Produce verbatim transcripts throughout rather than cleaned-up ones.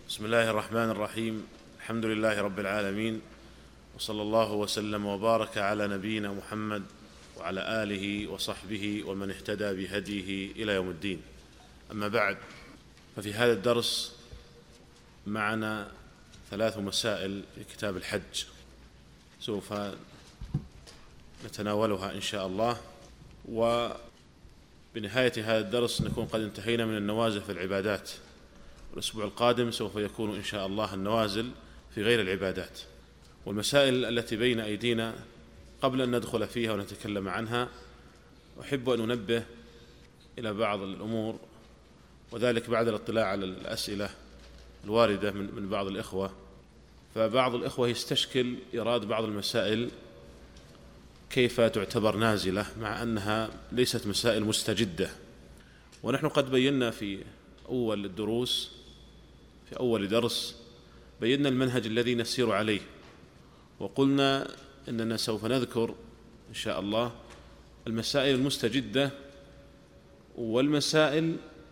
بسم الله الرحمن الرحيم. الحمد لله رب العالمين، وصلى الله وسلم وبارك على نبينا محمد وعلى آله وصحبه ومن اهتدى بهديه إلى يوم الدين. أما بعد، ففي هذا الدرس معنا ثلاث مسائل في كتاب الحج سوف نتناولها إن شاء الله، وبنهاية هذا الدرس نكون قد انتهينا من النوازل في العبادات، والأسبوع القادم سوف يكون إن شاء الله النوازل في غير العبادات. والمسائل التي بين أيدينا قبل أن ندخل فيها ونتكلم عنها أحب أن أنبه إلى بعض الأمور، وذلك بعد الاطلاع على الأسئلة الواردة من بعض الإخوة. فبعض الإخوة يستشكل إيراد بعض المسائل كيف تعتبر نازلة مع أنها ليست مسائل مستجدة. ونحن قد بينا في أول الدروس في أول درس بينا المنهج الذي نسير عليه، وقلنا أننا سوف نذكر إن شاء الله المسائل المستجدة والمسائل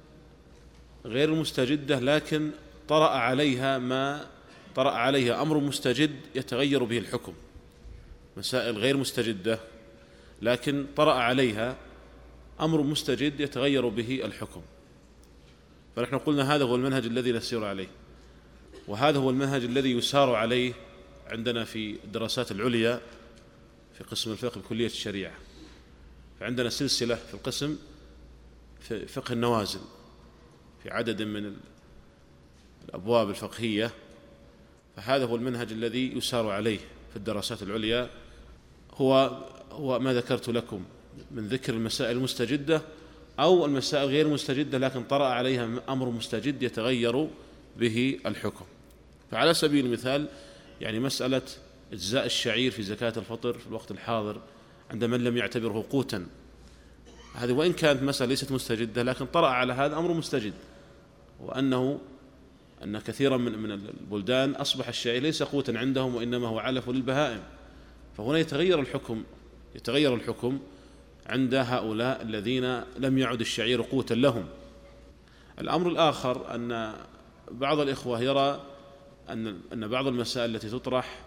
غير المستجدة لكن طرأ عليها ما طرأ عليها أمر مستجد يتغير به الحكم، مسائل غير مستجدة لكن طرأ عليها أمر مستجد يتغير به الحكم. فنحن قلنا هذا هو المنهج الذي نسير عليه، وهذا هو المنهج الذي يسار عليه عندنا في الدراسات العليا في قسم الفقه بكلية الشريعة. فعندنا سلسلة في القسم في فقه النوازل في عدد من الأبواب الفقهية، فهذا هو المنهج الذي يسار عليه في الدراسات العليا، هو هو ما ذكرت لكم من ذكر المسائل المستجدة أو المسائل غير مستجدة لكن طرأ عليها أمر مستجد يتغير به الحكم. فعلى سبيل المثال يعني مسألة إجزاء الشعير في زكاة الفطر في الوقت الحاضر عند من لم يعتبره قوتا، هذه وإن كانت مسألة ليست مستجدة لكن طرأ على هذا أمر مستجد، وأنه أن كثيرا من من البلدان أصبح الشعير ليس قوتا عندهم وإنما هو علف للبهائم. فهنا يتغير الحكم يتغير الحكم عند هؤلاء الذين لم يعد الشعير قوتا لهم. الأمر الآخر أن بعض الإخوة يرى أن أن بعض المسائل التي تطرح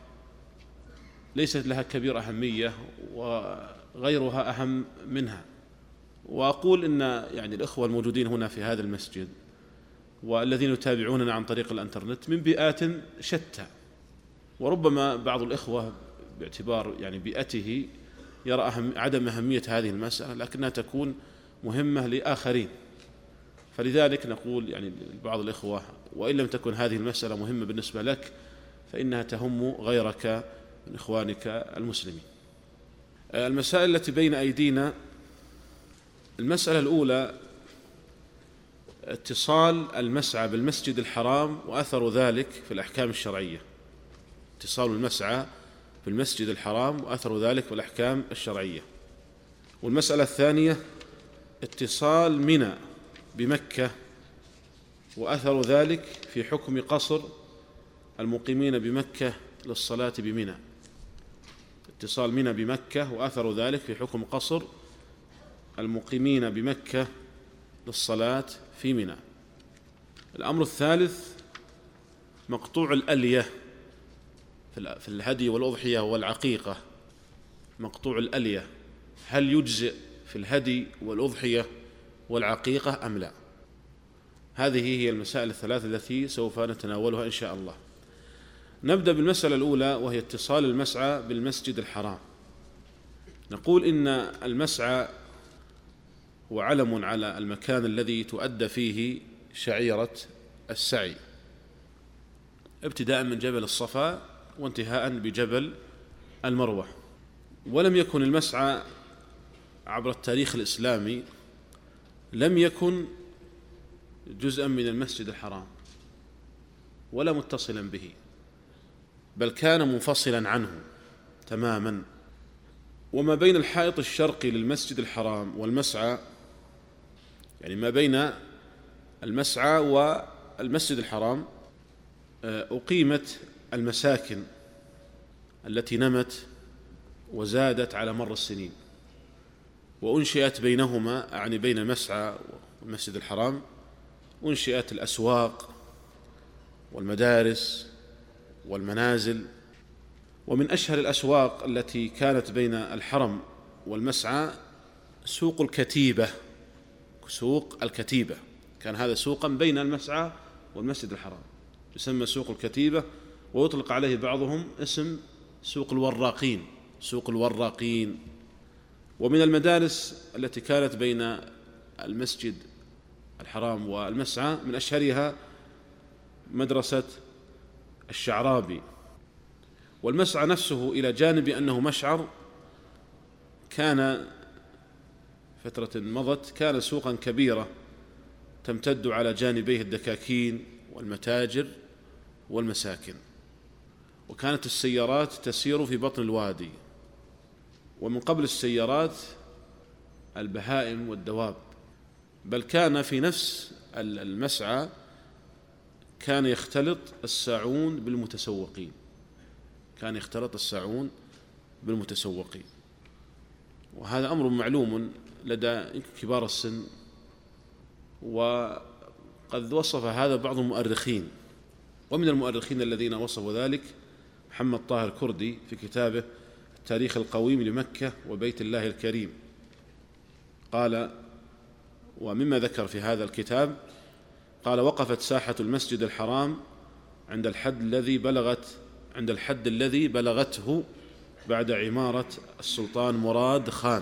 ليست لها كبير أهمية وغيرها أهم منها. وأقول إن يعني الإخوة الموجودين هنا في هذا المسجد والذين يتابعوننا عن طريق الإنترنت من بيئات شتى، وربما بعض الإخوة باعتبار يعني بيئته يرى أهم عدم أهمية هذه المسألة لكنها تكون مهمة لآخرين. فلذلك نقول يعني لبعض الإخوة وإن لم تكن هذه المسألة مهمة بالنسبة لك فإنها تهم غيرك من إخوانك المسلمين. المسائل التي بين أيدينا، المسألة الأولى اتصال المسعى بالمسجد الحرام وأثر ذلك في الأحكام الشرعية. اتصال المسعى بالمسجد الحرام وأثر ذلك في الأحكام الشرعية. والمسألة الثانية اتصال منى بمكة وأثر ذلك في حكم قصر المقيمين بمكة للصلاة بمنى. اتصال منى بمكة وأثر ذلك في حكم قصر المقيمين بمكة للصلاة في منى. الأمر الثالث مقطوع الألية في الهدي والأضحية والعقيقة. مقطوع الألية هل يجزئ في الهدي والأضحية والعقيقة أم لا؟ هذه هي المسائل الثلاث التي سوف نتناولها إن شاء الله. نبدأ بالمسألة الأولى وهي اتصال المسعى بالمسجد الحرام. نقول إن المسعى هو علم على المكان الذي تؤدى فيه شعيرة السعي، ابتداء من جبل الصفا وانتهاء بجبل المروة. ولم يكن المسعى عبر التاريخ الإسلامي لم يكن جزءا من المسجد الحرام ولا متصلا به، بل كان منفصلا عنه تماما. وما بين الحائط الشرقي للمسجد الحرام والمسعى، يعني ما بين المسعى والمسجد الحرام، أقيمت المساكن التي نمت وزادت على مر السنين، وأنشئت بينهما يعني بين المسعى والمسجد الحرام أنشئت الأسواق والمدارس والمنازل. ومن أشهر الأسواق التي كانت بين الحرم والمسعى سوق الكتيبة. سوق الكتيبة كان هذا سوقا بين المسعى والمسجد الحرام، يسمى سوق الكتيبة، ويطلق عليه بعضهم اسم سوق الوراقين، سوق الوراقين. ومن المدارس التي كانت بين المسجد الحرام والمسعى من أشهرها مدرسة الشعرابي. والمسعى نفسه إلى جانب أنه مشعر كان فترة مضت كان سوقا كبيرة تمتد على جانبيه الدكاكين والمتاجر والمساكن، وكانت السيارات تسير في بطن الوادي، ومن قبل السيارات البهائم والدواب. بل كان في نفس المسعى كان يختلط الساعون بالمتسوقين، كان يختلط الساعون بالمتسوقين، وهذا أمر معلوم لدى كبار السن، وقد وصف هذا بعض المؤرخين. ومن المؤرخين الذين وصفوا ذلك محمد طاهر كردي في كتابه التاريخ القويم لمكة وبيت الله الكريم، قال: ومما ذكر في هذا الكتاب قال: وقفت ساحة المسجد الحرام عند الحد الذي بلغت عند الحد الذي بلغته بعد عمارة السلطان مراد خان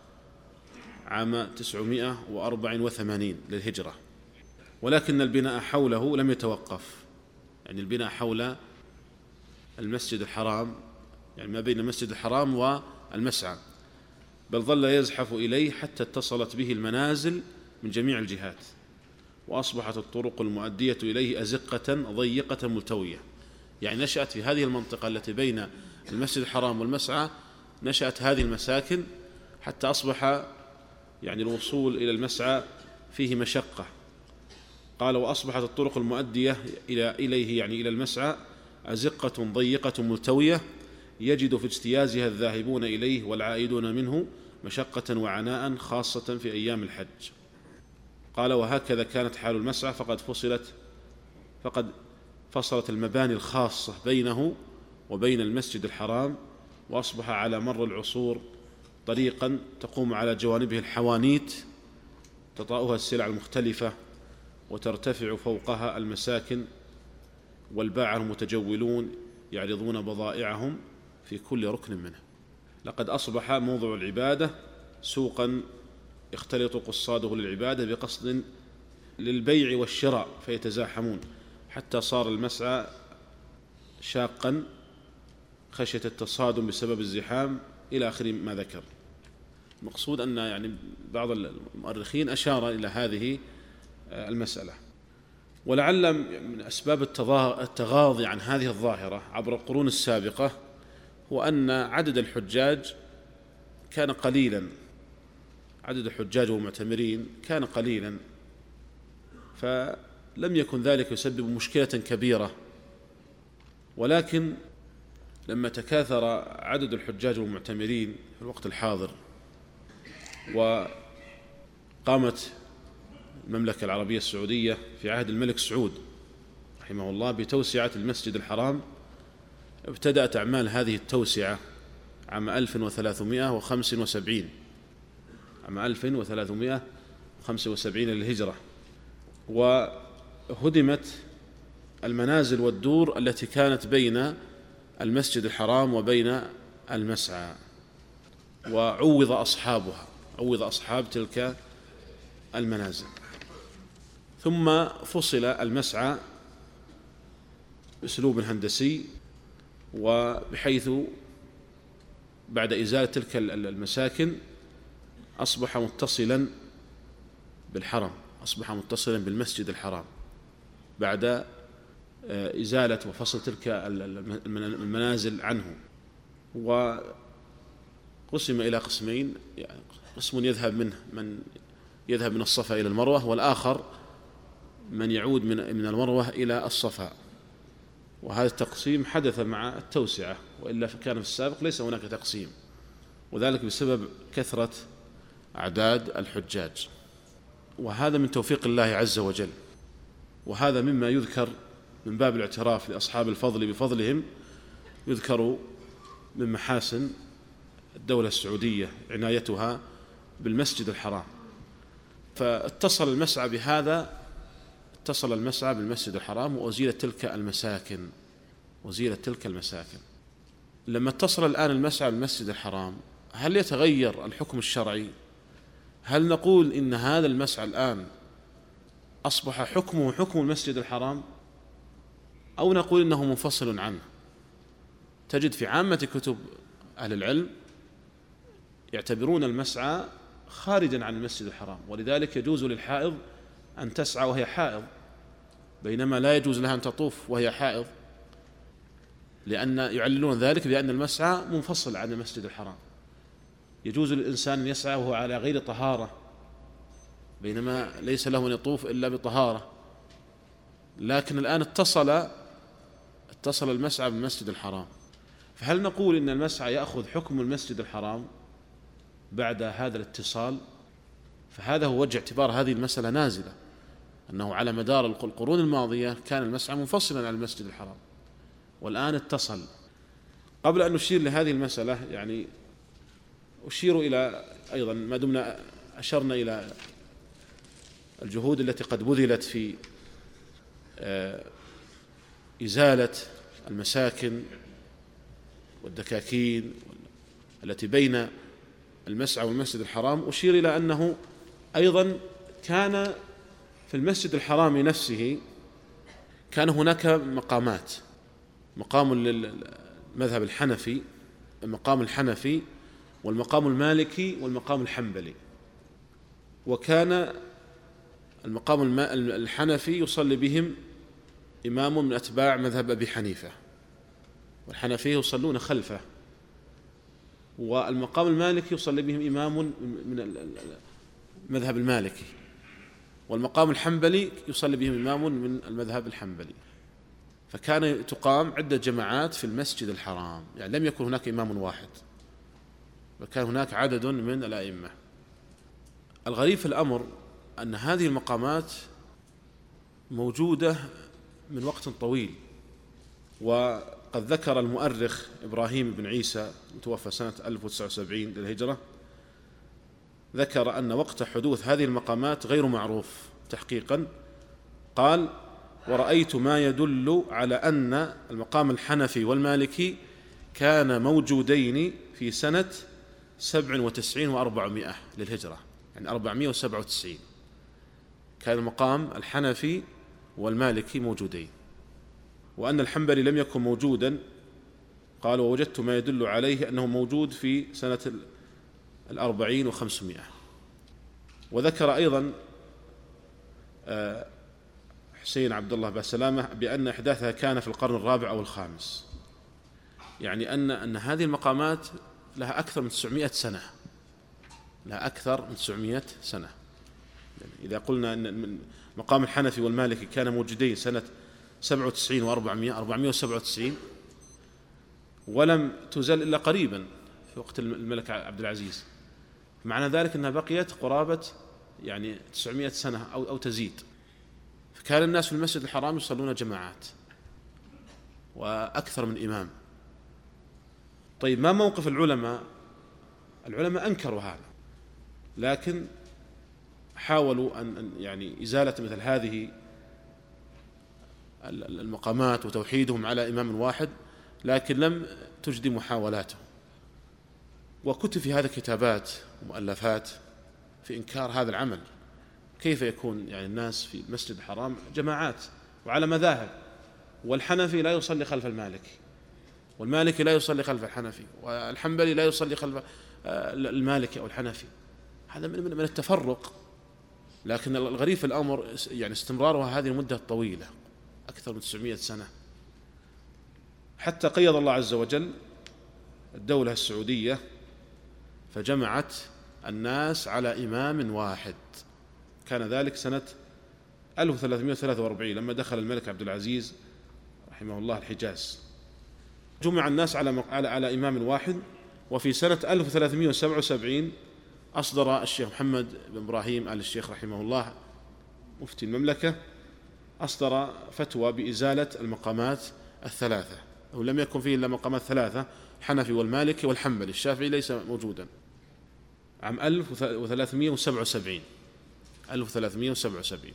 عام تسعمائة وأربعة وثمانين للهجرة، ولكن البناء حوله لم يتوقف، يعني البناء حول المسجد الحرام، يعني ما بين المسجد الحرام والمسعى، بل ظل يزحف إليه حتى اتصلت به المنازل من جميع الجهات، وأصبحت الطرق المؤدية إليه أزقة ضيقة ملتوية. يعني نشأت في هذه المنطقة التي بين المسجد الحرام والمسعى نشأت هذه المساكن، حتى أصبح يعني الوصول إلى المسعى فيه مشقة. قال: وأصبحت الطرق المؤدية إلى إليه يعني إلى المسعى أزقة ضيقة ملتوية يجد في اجتيازها الذاهبون إليه والعائدون منه مشقة وعناء، خاصة في أيام الحج. قال: وهكذا كانت حال المسعى، فقد فصلت فقد فصلت المباني الخاصة بينه وبين المسجد الحرام، وأصبح على مر العصور طريقا تقوم على جوانبه الحوانيت تطأها السلع المختلفة، وترتفع فوقها المساكن، والباعة المتجولون يعرضون بضائعهم في كل ركن منه. لقد أصبح موضع العبادة سوقا يختلط قصاده للعبادة بقصد للبيع والشراء فيتزاحمون، حتى صار المسعى شاقا خشية التصادم بسبب الزحام إلى آخر ما ذكر. المقصود أن يعني بعض المؤرخين أشار إلى هذه المسألة. ولعل من أسباب التغاضي عن هذه الظاهرة عبر القرون السابقة هو أن عدد الحجاج كان قليلا، عدد الحجاج والمعتمرين كان قليلا، فلم يكن ذلك يسبب مشكلة كبيرة. ولكن لما تكاثر عدد الحجاج والمعتمرين في الوقت الحاضر، وقامت المملكة العربية السعودية في عهد الملك سعود رحمه الله بتوسعة المسجد الحرام، ابتدأت أعمال هذه التوسعة عام ألف وثلاثمائة وخمسة وسبعين عام ألف وثلاثمائة وخمسة وسبعين للهجرة، وهدمت المنازل والدور التي كانت بين المسجد الحرام وبين المسعى، وعوض أصحابها عوض أصحاب تلك المنازل. ثم فصل المسعى بأسلوب هندسي، وبحيث بعد إزالة تلك المساكن أصبح متصلا بالحرم، أصبح متصلا بالمسجد الحرام بعد إزالة وفصل تلك المنازل عنه. وقسم إلى قسمين، يعني قسم يذهب منه من يذهب من الصفا إلى المروة، والآخر من يعود من من المروة إلى الصفا. وهذا التقسيم حدث مع التوسعة، وإلا كان في السابق ليس هناك تقسيم، وذلك بسبب كثرة أعداد الحجاج، وهذا من توفيق الله عز وجل. وهذا مما يذكر من باب الاعتراف لأصحاب الفضل بفضلهم، يذكر من محاسن الدولة السعودية عنايتها بالمسجد الحرام. فاتصل المسعى بهذا، اتصل المسعى بالمسجد الحرام وأزيلت تلك المساكن، وزيلت تلك المساكن. لما اتصل الآن المسعى بالمسجد الحرام، هل يتغير الحكم الشرعي؟ هل نقول إن هذا المسعى الآن أصبح حكمه حكم المسجد الحرام، أو نقول إنه منفصل عنه؟ تجد في عامة كتب أهل العلم يعتبرون المسعى خارجا عن المسجد الحرام، ولذلك يجوز للحائض أن تسعى وهي حائض، بينما لا يجوز لها أن تطوف وهي حائض، لأن يعللون ذلك بأن المسعى منفصل عن المسجد الحرام. يجوز للإنسان أن يسعى وهو على غير طهارة، بينما ليس له أن يطوف إلا بطهارة. لكن الآن اتصل اتصل المسعى بالمسجد الحرام، فهل نقول إن المسعى يأخذ حكم المسجد الحرام بعد هذا الاتصال؟ فهذا هو وجه اعتبار هذه المسألة نازلة، أنه على مدار القرون الماضية كان المسعى منفصلا عن المسجد الحرام، والآن اتصل. قبل أن نشير لهذه المسألة يعني أشير إلى أيضا، ما دمنا أشرنا إلى الجهود التي قد بذلت في إزالة المساكن والدكاكين التي بين المسعى والمسجد الحرام، أشير إلى أنه أيضا كان في المسجد الحرام نفسه كان هناك مقامات، مقام للمذهب الحنفي، المقام الحنفي والمقام المالكي والمقام الحنبلي. وكان المقام الحنفي يصلي بهم إمام من أتباع مذهب أبي حنيفة، والحنفية يصلون خلفه، والمقام المالكي يصلي بهم إمام من المذهب المالكي، والمقام الحنبلي يصلي بهم إمام من المذهب الحنبلي. فكان تقام عدة جماعات في المسجد الحرام، يعني لم يكن هناك إمام واحد، وكان هناك عدد من الأئمة. الغريب في الأمر أن هذه المقامات موجودة من وقت طويل، وقد ذكر المؤرخ إبراهيم بن عيسى متوفى سنة ألف وتسعة وسبعين للهجرة، ذكر أن وقت حدوث هذه المقامات غير معروف تحقيقا. قال: ورأيت ما يدل على أن المقام الحنفي والمالكي كان موجودين في سنة سبع وتسعين وأربعمائة للهجرة، يعني أربعمائة وسبعة وتسعين كان المقام الحنفي والمالكي موجودين، وأن الحنبلي لم يكن موجودا. قال: ووجدت ما يدل عليه أنه موجود في سنة الأربعين وخمسمائة. وذكر أيضا حسين عبد الله بسلامة بأن إحداثها كان في القرن الرابع أو الخامس، يعني أن أن هذه المقامات لها أكثر من تسعمائة سنة، لها أكثر من تسعمائة سنة. يعني إذا قلنا أن مقام الحنفي والمالكي كان موجودين سنة سبعة وتسعين وأربعمائة، أربعمائة وسبعة وتسعين، ولم تزل إلا قريبا في وقت الملك عبد العزيز، معنى ذلك أنها بقيت قرابة يعني تسعمائة سنة أو أو تزيد. فكان الناس في المسجد الحرام يصلون جماعات وأكثر من إمام. طيب، ما موقف العلماء؟ العلماء أنكروا هذا، لكن حاولوا أن يعني إزالة مثل هذه المقامات وتوحيدهم على إمام واحد، لكن لم تجدي محاولاتهم. وكتب في هذا كتابات ومؤلفات في إنكار هذا العمل. كيف يكون يعني الناس في المسجد الحرام جماعات وعلى مذاهب، والحنفي لا يصلي خلف المالكي، والمالكي لا يصلي خلف الحنفي، والحنبلي لا يصلي خلف المالكي أو الحنفي؟ هذا من التفرق. لكن الغريب في الأمر يعني استمرارها هذه المدة الطويلة، أكثر من تسعمائة سنة، حتى قيض الله عز وجل الدولة السعودية فجمعت الناس على إمام واحد. كان ذلك سنة ألف وثلاثمائة وثلاثة وأربعين لما دخل الملك عبد العزيز رحمه الله الحجاز، جمع الناس على على على إمام واحد. وفي سنة ألف وثلاثمائة وسبعة وسبعين أصدر الشيخ محمد بن إبراهيم آل الشيخ رحمه الله مفتي المملكة أصدر فتوى بإزالة المقامات الثلاثة، أو لم يكن فيه إلا مقامات ثلاثة: الحنفي والمالكي والحنبلي، الشافعي ليس موجودا، عام ألف وثلاثمائة وسبعة وسبعين ألف وثلاثمائة وسبعة وسبعين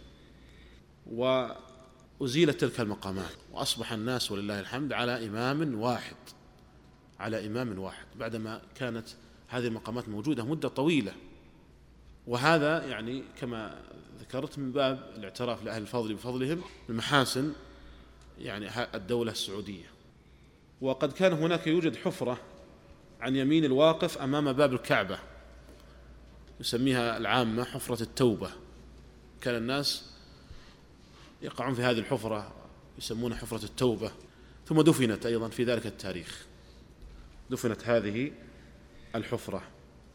وأزيلت تلك المقامات، وأصبح الناس ولله الحمد على إمام واحد على إمام واحد بعدما كانت هذه المقامات موجودة مدة طويلة. وهذا يعني كما ذكرت من باب الاعتراف لأهل الفضل بفضلهم بمحاسن يعني الدولة السعودية. وقد كان هناك يوجد حفرة عن يمين الواقف أمام باب الكعبة يسميها العامة حفرة التوبة، كان الناس يقعون في هذه الحفرة يسمونها حفرة التوبة، ثم دفنت أيضا في ذلك التاريخ، دفنت هذه الحفرة.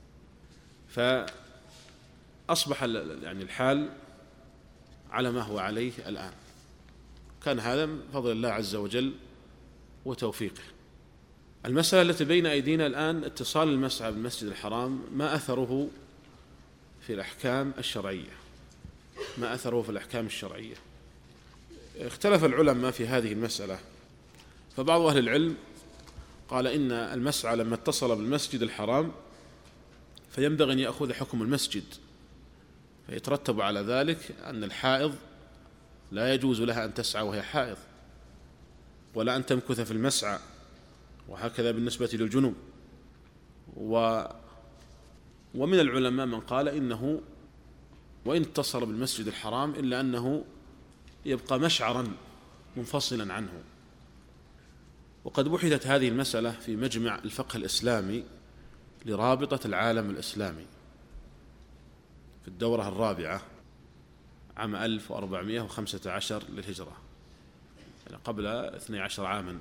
فأصبح يعني الحال على ما هو عليه الآن. كان هذا من فضل الله عز وجل وتوفيقه. المسألة التي بين أيدينا الآن اتصال المسعى بالمسجد الحرام، ما أثره في الأحكام الشرعية ما أثره في الأحكام الشرعية اختلف العلماء في هذه المسألة. فبعض أهل العلم قال إن المسعى لما اتصل بالمسجد الحرام فينبغي أن يأخذ حكم المسجد، فيترتب على ذلك أن الحائض لا يجوز لها أن تسعى وهي حائض، ولا أن تمكث في المسعى، وهكذا بالنسبة للجنوب. و ومن العلماء من قال إنه وإن اتصل بالمسجد الحرام إلا أنه يبقى مشعرا منفصلا عنه. وقد بحثت هذه المسألة في مجمع الفقه الإسلامي لرابطة العالم الإسلامي في الدورة الرابعة عام ألف وأربعمائة وخمسة عشر للهجرة، يعني قبل اثني عشر عاما.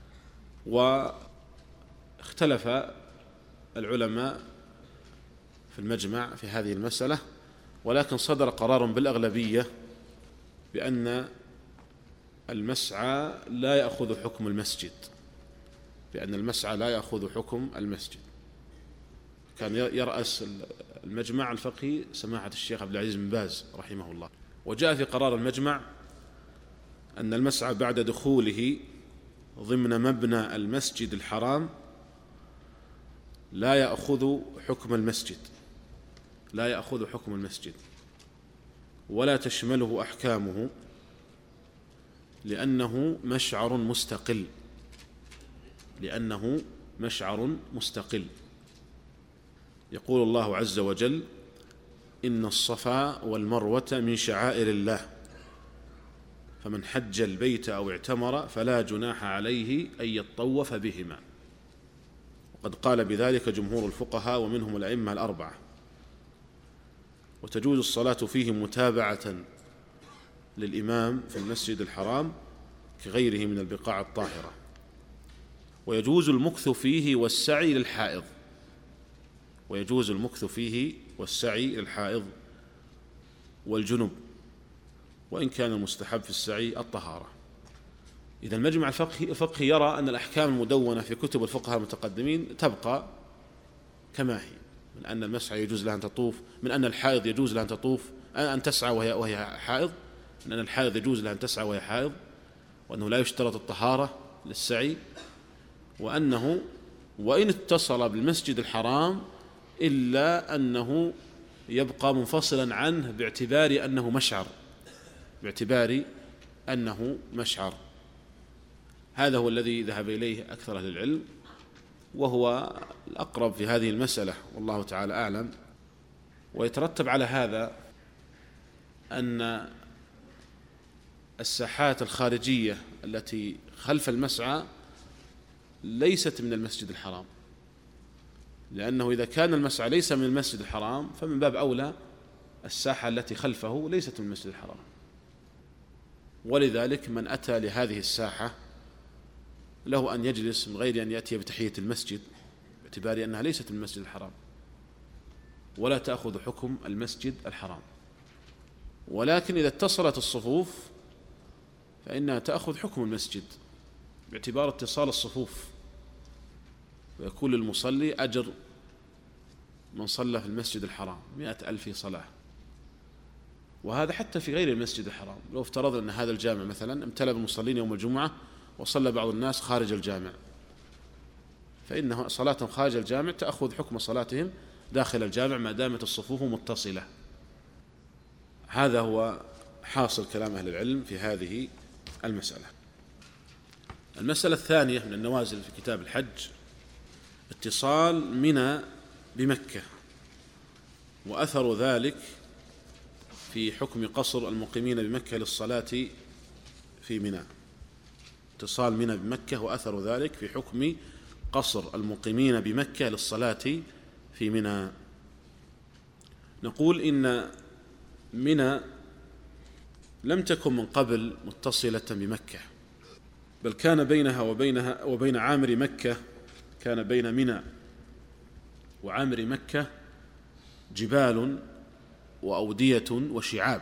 واختلف العلماء في المجمع في هذه المسألة، ولكن صدر قرار بالأغلبية بأن المسعى لا يأخذ حكم المسجد بأن المسعى لا يأخذ حكم المسجد. كان يرأس المجمع الفقهي سماحة الشيخ عبد العزيز بن باز رحمه الله. وجاء في قرار المجمع أن المسعى بعد دخوله ضمن مبنى المسجد الحرام لا يأخذ حكم المسجد لا يأخذ حكم المسجد ولا تشمله أحكامه، لأنه مشعر مستقل لأنه مشعر مستقل. يقول الله عز وجل: إن الصفا والمروة من شعائر الله، فمن حج البيت أو اعتمر فلا جناح عليه أن يطوف بهما. وقد قال بذلك جمهور الفقهاء ومنهم الأئمة الأربعة. وتجوز الصلاة فيه متابعة للإمام في المسجد الحرام كغيره من البقاع الطاهرة. ويجوز المكث فيه والسعي للحائض ويجوز المكث فيه والسعي للحائض والجنب، وإن كان المستحب في السعي الطهارة. إذا المجمع الفقهي يرى أن الأحكام المدونة في كتب الفقهاء المتقدمين تبقى كما هي، من أن المسعى يجوز لها أن تطوف، من أن الحائض يجوز لها أن تطوف أن تسعى وهي, وهي حائض، من أن الحائض يجوز لها أن تسعى وهي حائض، وأنه لا يشترط الطهارة للسعي، وأنه وإن اتصل بالمسجد الحرام إلا أنه يبقى منفصلا عنه باعتبار أنه مشعر باعتبار أنه مشعر. هذا هو الذي ذهب إليه أكثر أهل العلم، وهو الأقرب في هذه المسألة، والله تعالى أعلم. ويترتب على هذا أن الساحات الخارجية التي خلف المسعى ليست من المسجد الحرام، لأنه إذا كان المسعى ليس من المسجد الحرام فمن باب أولى الساحة التي خلفه ليست من المسجد الحرام. ولذلك من أتى لهذه الساحة له أن يجلس من غير أن يأتي بتحية المسجد، باعتبار أنها ليست من المسجد الحرام، ولا تأخذ حكم المسجد الحرام. ولكن إذا اتصلت الصفوف فإنها تأخذ حكم المسجد باعتبار اتصال الصفوف، ويكون للمصلي أجر من صلى في المسجد الحرام مئة ألف صلاة. وهذا حتى في غير المسجد الحرام. لو افترضنا أن هذا الجامع مثلا امتلأ بالمصلين يوم الجمعة وصلى بعض الناس خارج الجامع، فإنه صلاتهم خارج الجامع تأخذ حكم صلاتهم داخل الجامع ما دامت الصفوف متصلة. هذا هو حاصل كلام أهل العلم في هذه المسألة. المسألة الثانية من النوازل في كتاب الحج اتصال منى بمكة وأثر ذلك في حكم قصر المقيمين بمكة للصلاة في منى. اتصال منى بمكة وأثر ذلك في حكم قصر المقيمين بمكة للصلاة في منى. نقول إن منى لم تكن من قبل متصلة بمكة، بل كان بينها وبينها وبين عامر مكة، كان بين منى وعامر مكة جبال وأودية وشعاب،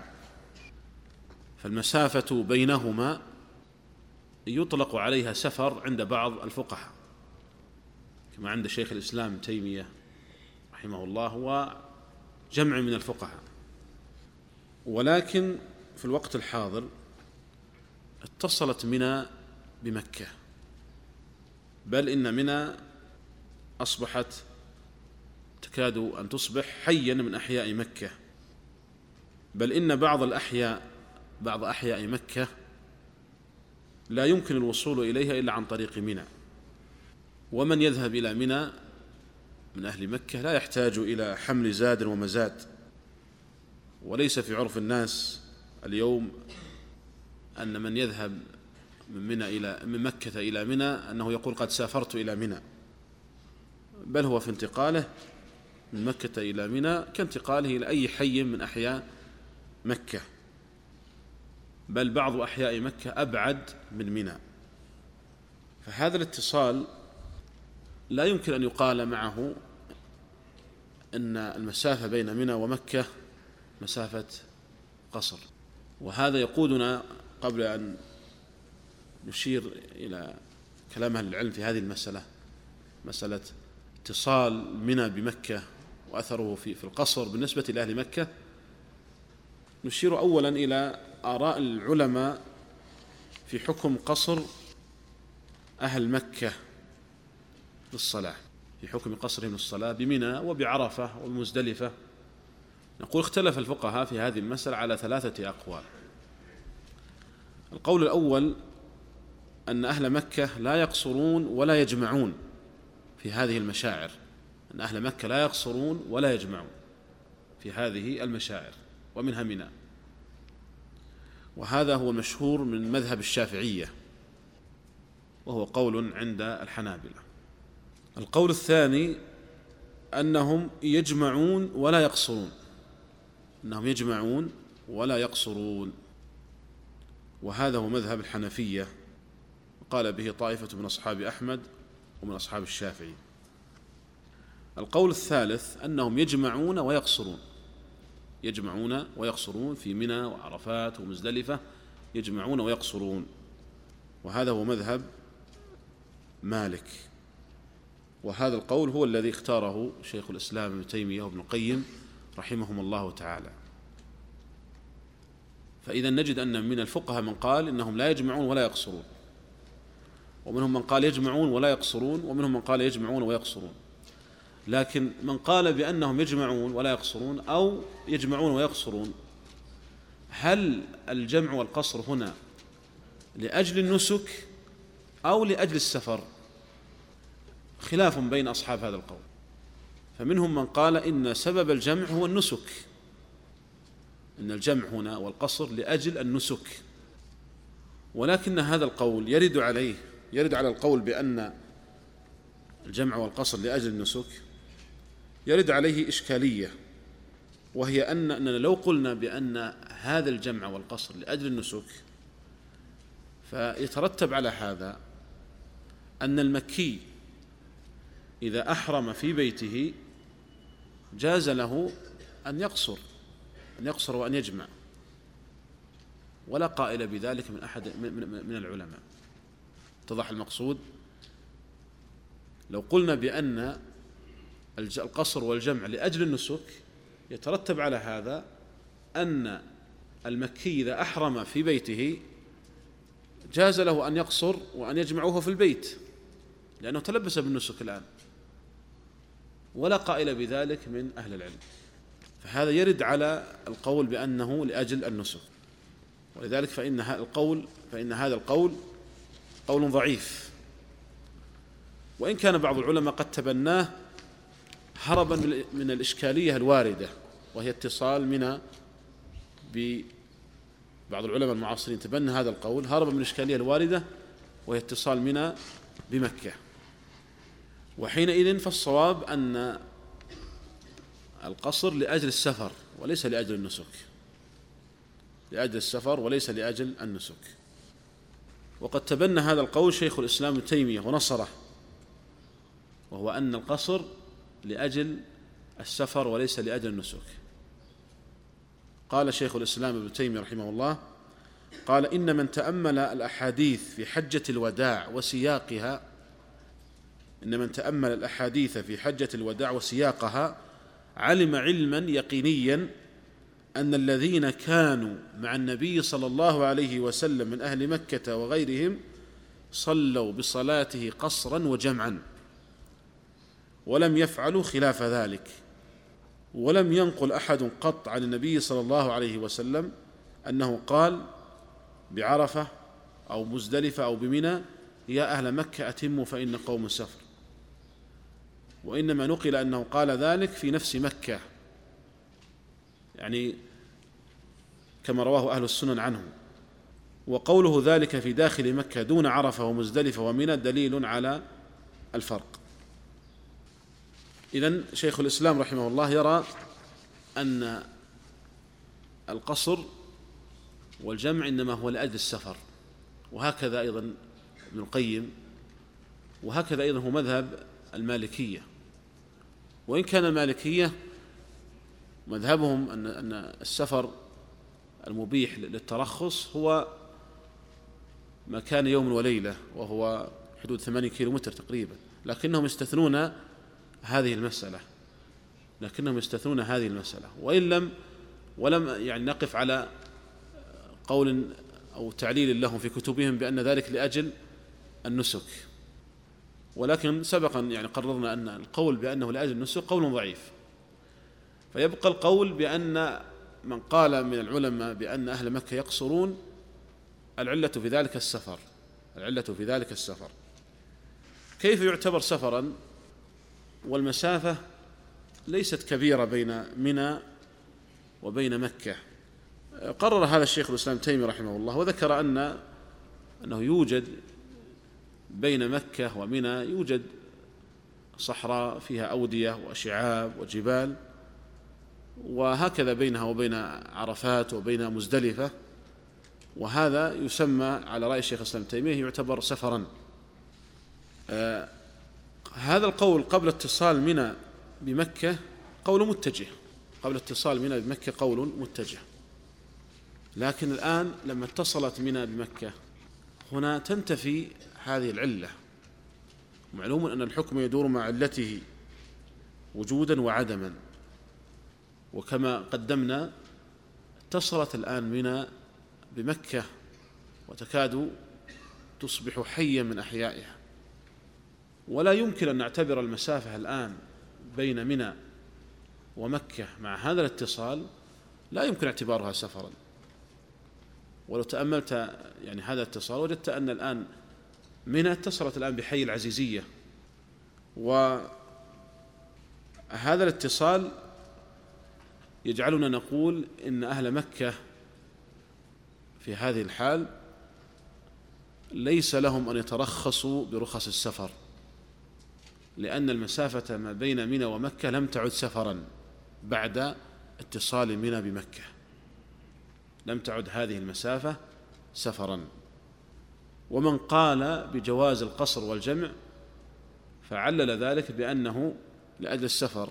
فالمسافة بينهما يطلق عليها سفر عند بعض الفقهاء، كما عند شيخ الإسلام تيمية رحمه الله وجمع من الفقهاء. ولكن في الوقت الحاضر اتصلت منى بمكة، بل إن منى أصبحت تكاد أن تصبح حيا من أحياء مكة، بل إن بعض الأحياء بعض أحياء مكة لا يمكن الوصول إليها إلا عن طريق منى. ومن يذهب إلى منى من أهل مكة لا يحتاج إلى حمل زاد ومزاد، وليس في عرف الناس اليوم أن من يذهب من منى إلى من مكة إلى منى أنه يقول قد سافرت إلى منى، بل هو في انتقاله من مكة إلى منى كانتقاله إلى أي حي من أحياء مكة، بل بعض أحياء مكة أبعد من منى. فهذا الاتصال لا يمكن أن يقال معه أن المسافة بين منى ومكة مسافة قصر. وهذا يقودنا قبل أن نشير إلى كلام أهل العلم في هذه المسألة، مسألة اتصال منى بمكة وأثره في في القصر بالنسبة لأهل مكة، نشير أولا إلى آراء العلماء في حكم قصر أهل مكة للصلاة، في حكم قصرهم للصلاة بمنى وبعرفة وبمزدلفة. نقول اختلف الفقهاء في هذه المسألة على ثلاثة أقوال. القول الأول أن أهل مكة لا يقصرون ولا يجمعون في هذه المشاعر، أن أهل مكة لا يقصرون ولا يجمعون في هذه المشاعر ومنها منى، وهذا هو المشهور من مذهب الشافعية وهو قول عند الحنابلة. القول الثاني أنهم يجمعون ولا يقصرون، أنهم يجمعون ولا يقصرون، وهذا هو مذهب الحنفية، وقال به طائفة من أصحاب أحمد ومن أصحاب الشافعي. القول الثالث أنهم يجمعون ويقصرون، يجمعون ويقصرون في منى وعرفات ومزدلفة، يجمعون ويقصرون، وهذا هو مذهب مالك، وهذا القول هو الذي اختاره شيخ الإسلام ابن تيمية وابن القيم رحمهم الله تعالى. فإذا نجد أن من الفقهاء من قال إنهم لا يجمعون ولا يقصرون، ومنهم من قال يجمعون ولا يقصرون، ومنهم من قال يجمعون ويقصرون. لكن من قال بأنهم يجمعون ولا يقصرون أو يجمعون ويقصرون، هل الجمع والقصر هنا لأجل النسك أو لأجل السفر؟ خلاف بين أصحاب هذا القول، فمنهم من قال إن سبب الجمع هو النسك، إن الجمع هنا والقصر لأجل النسك، ولكن هذا القول يرد عليه يرد على القول بأن الجمع والقصر لأجل النسك، يرد عليه إشكالية، وهي أن أننا لو قلنا بأن هذا الجمع والقصر لأجل النسك فيترتب على هذا أن المكي إذا أحرم في بيته جاز له أن يقصر أن يقصر وأن يجمع، ولا قائل بذلك من أحد من العلماء. اتضح المقصود؟ لو قلنا بأن القصر والجمع لأجل النسك يترتب على هذا أن المكي إذا أحرم في بيته جاز له أن يقصر وأن يجمعه في البيت، لأنه تلبس بالنسك الآن، ولا قائل بذلك من أهل العلم. فهذا يرد على القول بأنه لأجل النسك، ولذلك فإن القول فإن هذا القول قول ضعيف، وإن كان بعض العلماء قد تبناه هربا من الإشكالية الواردة، وهي اتصال منى ببعض العلماء المعاصرين تبنى هذا القول هربا من الإشكالية الواردة، وهي اتصال منى بمكة. وحينئذ فالصواب أن القصر لأجل السفر وليس لأجل النسك، لأجل السفر وليس لأجل النسك. وقد تبنى هذا القول شيخ الإسلام ابن تيمية ونصره، وهو أن القصر لأجل السفر وليس لأجل النسك. قال شيخ الإسلام ابن تيمية رحمه الله: قال: إن من تأمل الأحاديث في حجة الوداع وسياقها إن من تأمل الأحاديث في حجة الوداع وسياقها علم علما يقينيا أن الذين كانوا مع النبي صلى الله عليه وسلم من أهل مكة وغيرهم صلوا بصلاته قصرا وجمعا، ولم يفعلوا خلاف ذلك. ولم ينقل أحد قط عن النبي صلى الله عليه وسلم أنه قال بعرفة أو مزدلفة أو بمنى: يا أهل مكة أتموا فإن قوم سفر. وإنما نقل أنه قال ذلك في نفس مكة، يعني كما رواه أهل السنن عنه. وقوله ذلك في داخل مكة دون عرفة ومزدلفة ومنى دليل على الفرق. إذن شيخ الإسلام رحمه الله يرى أن القصر والجمع إنما هو لأجل السفر، وهكذا أيضا ابن القيم، وهكذا أيضا هو مذهب المالكية. وإن كان المالكية مذهبهم أن أن السفر المبيح للترخص هو ما كان يوم وليلة، وهو حدود ثمانية كيلو متر تقريبا، لكنهم يستثنون هذه المسألة لكنهم يستثنون هذه المسألة وإن لم ولم يعني نقف على قول أو تعليل لهم في كتبهم بأن ذلك لأجل النسك، ولكن سبقا يعني قررنا أن القول بأنه لأجل النسك قول ضعيف. فيبقى القول بأن من قال من العلماء بأن أهل مكة يقصرون العلة في ذلك السفر العلة في ذلك السفر كيف يعتبر سفرا والمسافة ليست كبيرة بين منى وبين مكة؟ قرر هذا الشيخ الإسلام تيمي رحمه الله وذكر أن أنه يوجد بين مكة ومنى يوجد صحراء فيها أودية وشعاب وجبال، وهكذا بينها وبين عرفات وبين مزدلفة، وهذا يسمى على رأي الشيخ الإسلام تيمية يعتبر سفرا. آه هذا القول قبل اتصال منى بمكة قول متجه قبل اتصال منى بمكة قول متجه لكن الآن لما اتصلت منى بمكة هنا تنتفي هذه العلة. معلوم أن الحكم يدور مع علته وجودا وعدما، وكما قدمنا اتصلت الآن منى بمكة وتكاد تصبح حيا من أحيائها، ولا يمكن أن نعتبر المسافة الآن بين منى ومكة مع هذا الاتصال لا يمكن اعتبارها سفرا. ولو تأملت يعني هذا الاتصال وجدت أن الآن منى اتصلت الآن بحي العزيزية، وهذا الاتصال يجعلنا نقول إن أهل مكة في هذه الحال ليس لهم أن يترخصوا برخص السفر، لأن المسافة ما بين منى ومكة لم تعد سفرا بعد اتصال منى بمكة، لم تعد هذه المسافة سفرا. ومن قال بجواز القصر والجمع فعلل ذلك بأنه لأجل السفر،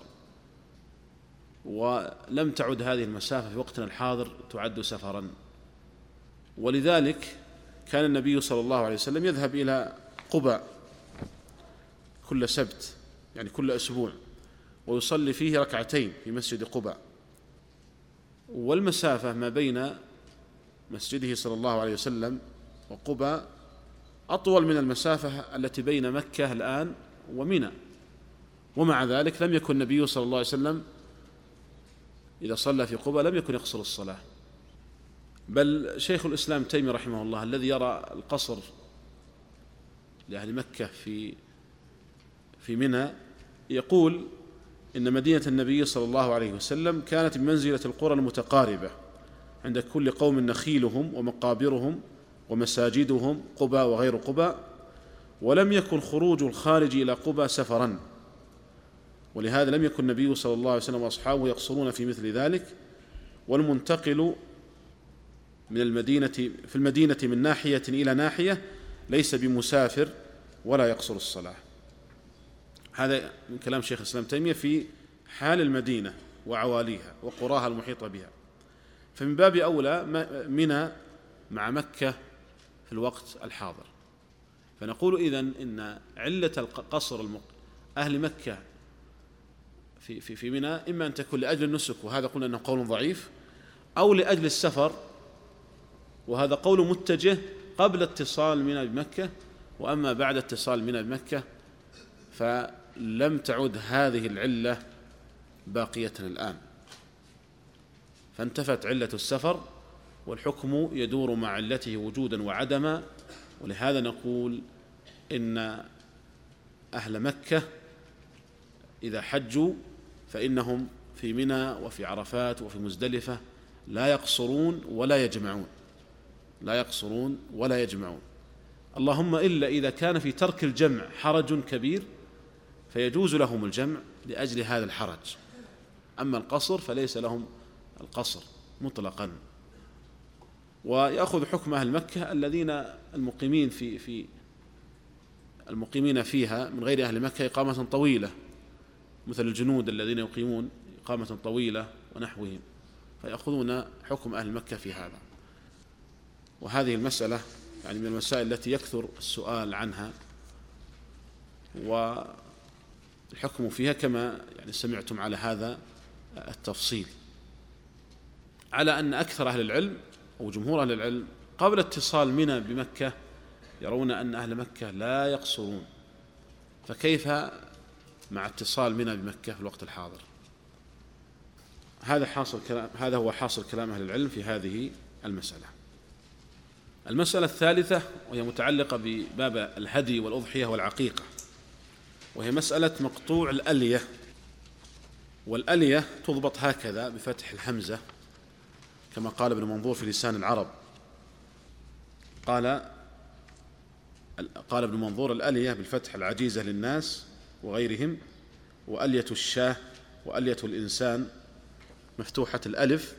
ولم تعد هذه المسافة في وقتنا الحاضر تعد سفرا. ولذلك كان النبي صلى الله عليه وسلم يذهب إلى قباء كل سبت يعني كل أسبوع ويصلي فيه ركعتين في مسجد قباء، والمسافة ما بين مسجده صلى الله عليه وسلم وقبى أطول من المسافة التي بين مكة الآن ومنى، ومع ذلك لم يكن النبي صلى الله عليه وسلم إذا صلى في قبى لم يكن يقصر الصلاة. بل شيخ الإسلام تيمية رحمه الله الذي يرى القصر لأهل مكة في في منى يقول إن مدينة النبي صلى الله عليه وسلم كانت بمنزلة القرى المتقاربة، عند كل قوم نخيلهم ومقابرهم ومساجدهم قبى وغير قبى، ولم يكن خروج الخارج إلى قبى سفرا، ولهذا لم يكن النبي صلى الله عليه وسلم وأصحابه يقصرون في مثل ذلك. والمنتقل من المدينة في المدينة من ناحية إلى ناحية ليس بمسافر ولا يقصر الصلاة. هذا من كلام شيخ الإسلام تيمية في حال المدينة وعواليها وقراها المحيطة بها. فمن باب أولى منى مع مكة في الوقت الحاضر. فنقول إذن إن علة القصر أهل مكة في في في منى إما أن تكون لأجل النسك، وهذا قلنا أنه قول ضعيف، أو لأجل السفر، وهذا قول متجه قبل اتصال منى بمكة. وأما بعد اتصال منى بمكة فلم تعد هذه العلة باقية الآن، فانتفت علة السفر والحكم يدور مع علته وجودا وعدما. ولهذا نقول إن أهل مكة إذا حجوا فإنهم في منى وفي عرفات وفي مزدلفة لا يقصرون ولا يجمعون، لا يقصرون ولا يجمعون، اللهم إلا إذا كان في ترك الجمع حرج كبير فيجوز لهم الجمع لأجل هذا الحرج. أما القصر فليس لهم القصر مطلقا. ويأخذ حكم أهل مكة الذين المقيمين في في المقيمين فيها من غير أهل مكة إقامة طويلة، مثل الجنود الذين يقيمون إقامة طويلة ونحوهم، فيأخذون حكم أهل مكة في هذا. وهذه المسألة يعني من المسائل التي يكثر السؤال عنها، والحكم فيها كما يعني سمعتم على هذا التفصيل، على أن أكثر أهل العلم أو جمهور أهل العلم قبل اتصال منى بمكة يرون أن أهل مكة لا يقصرون، فكيف مع اتصال منى بمكة في الوقت الحاضر؟ هذا حاصل كلام هذا هو حاصل كلام أهل العلم في هذه المسألة. المسألة الثالثة وهي متعلقة بباب الهدي والأضحية والعقيقة، وهي مسألة مقطوع الألية. والألية تضبط هكذا بفتح الهمزة كما قال ابن منظور في لسان العرب. قال قال ابن منظور: الألية بالفتح العجيزة للناس وغيرهم، وألية الشاه وألية الإنسان مفتوحة الألف.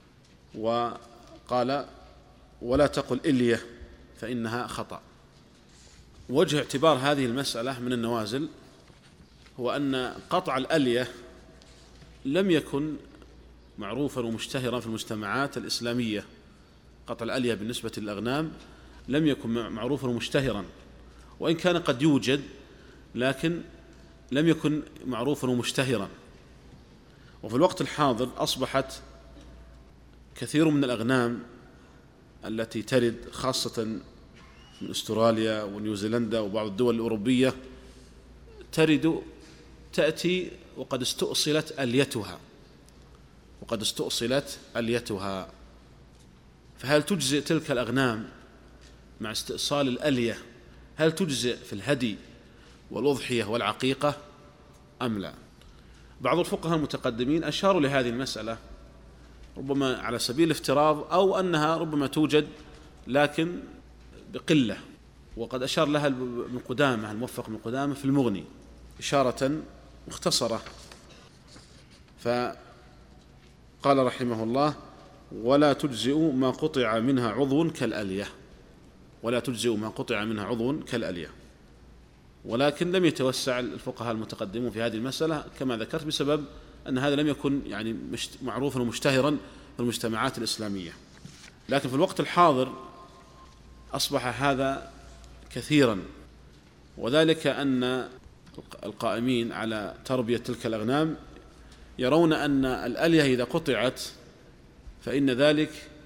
وقال: ولا تقل إلية فإنها خطأ. وجه اعتبار هذه المسألة من النوازل هو أن قطع الألية لم يكن معروفا ومشتهرا في المجتمعات الإسلامية. قطع الألية بالنسبة للأغنام لم يكن معروفا ومشتهرا، وإن كان قد يوجد لكن لم يكن معروفا ومشتهرا. وفي الوقت الحاضر أصبحت كثير من الأغنام التي ترد خاصة من أستراليا ونيوزيلندا وبعض الدول الأوروبية ترد تأتي وقد استؤصلت أليتها وقد استؤصلت أليتها فهل تجزئ تلك الأغنام مع استئصال الألية؟ هل تجزئ في الهدي والأضحية والعقيقة أم لا؟ بعض الفقهاء المتقدمين أشاروا لهذه المسألة ربما على سبيل الافتراض، أو أنها ربما توجد لكن بقلة، وقد أشار لها ابن قدامة الموفق ابن قدامة في المغني إشارة مختصرة. فقال رحمه الله: ولا تجزئ ما قطع منها عضو كالألية، ولا تجزئ ما قطع منها عضو كالألية. ولكن لم يتوسع الفقهاء المتقدمون في هذه المسألة كما ذكرت، بسبب أن هذا لم يكن يعني معروفا ومشتهرا في المجتمعات الإسلامية. لكن في الوقت الحاضر أصبح هذا كثيرا، وذلك أن القائمين على تربية تلك الأغنام يرون أن الألية إذا قطعت فإن ذلك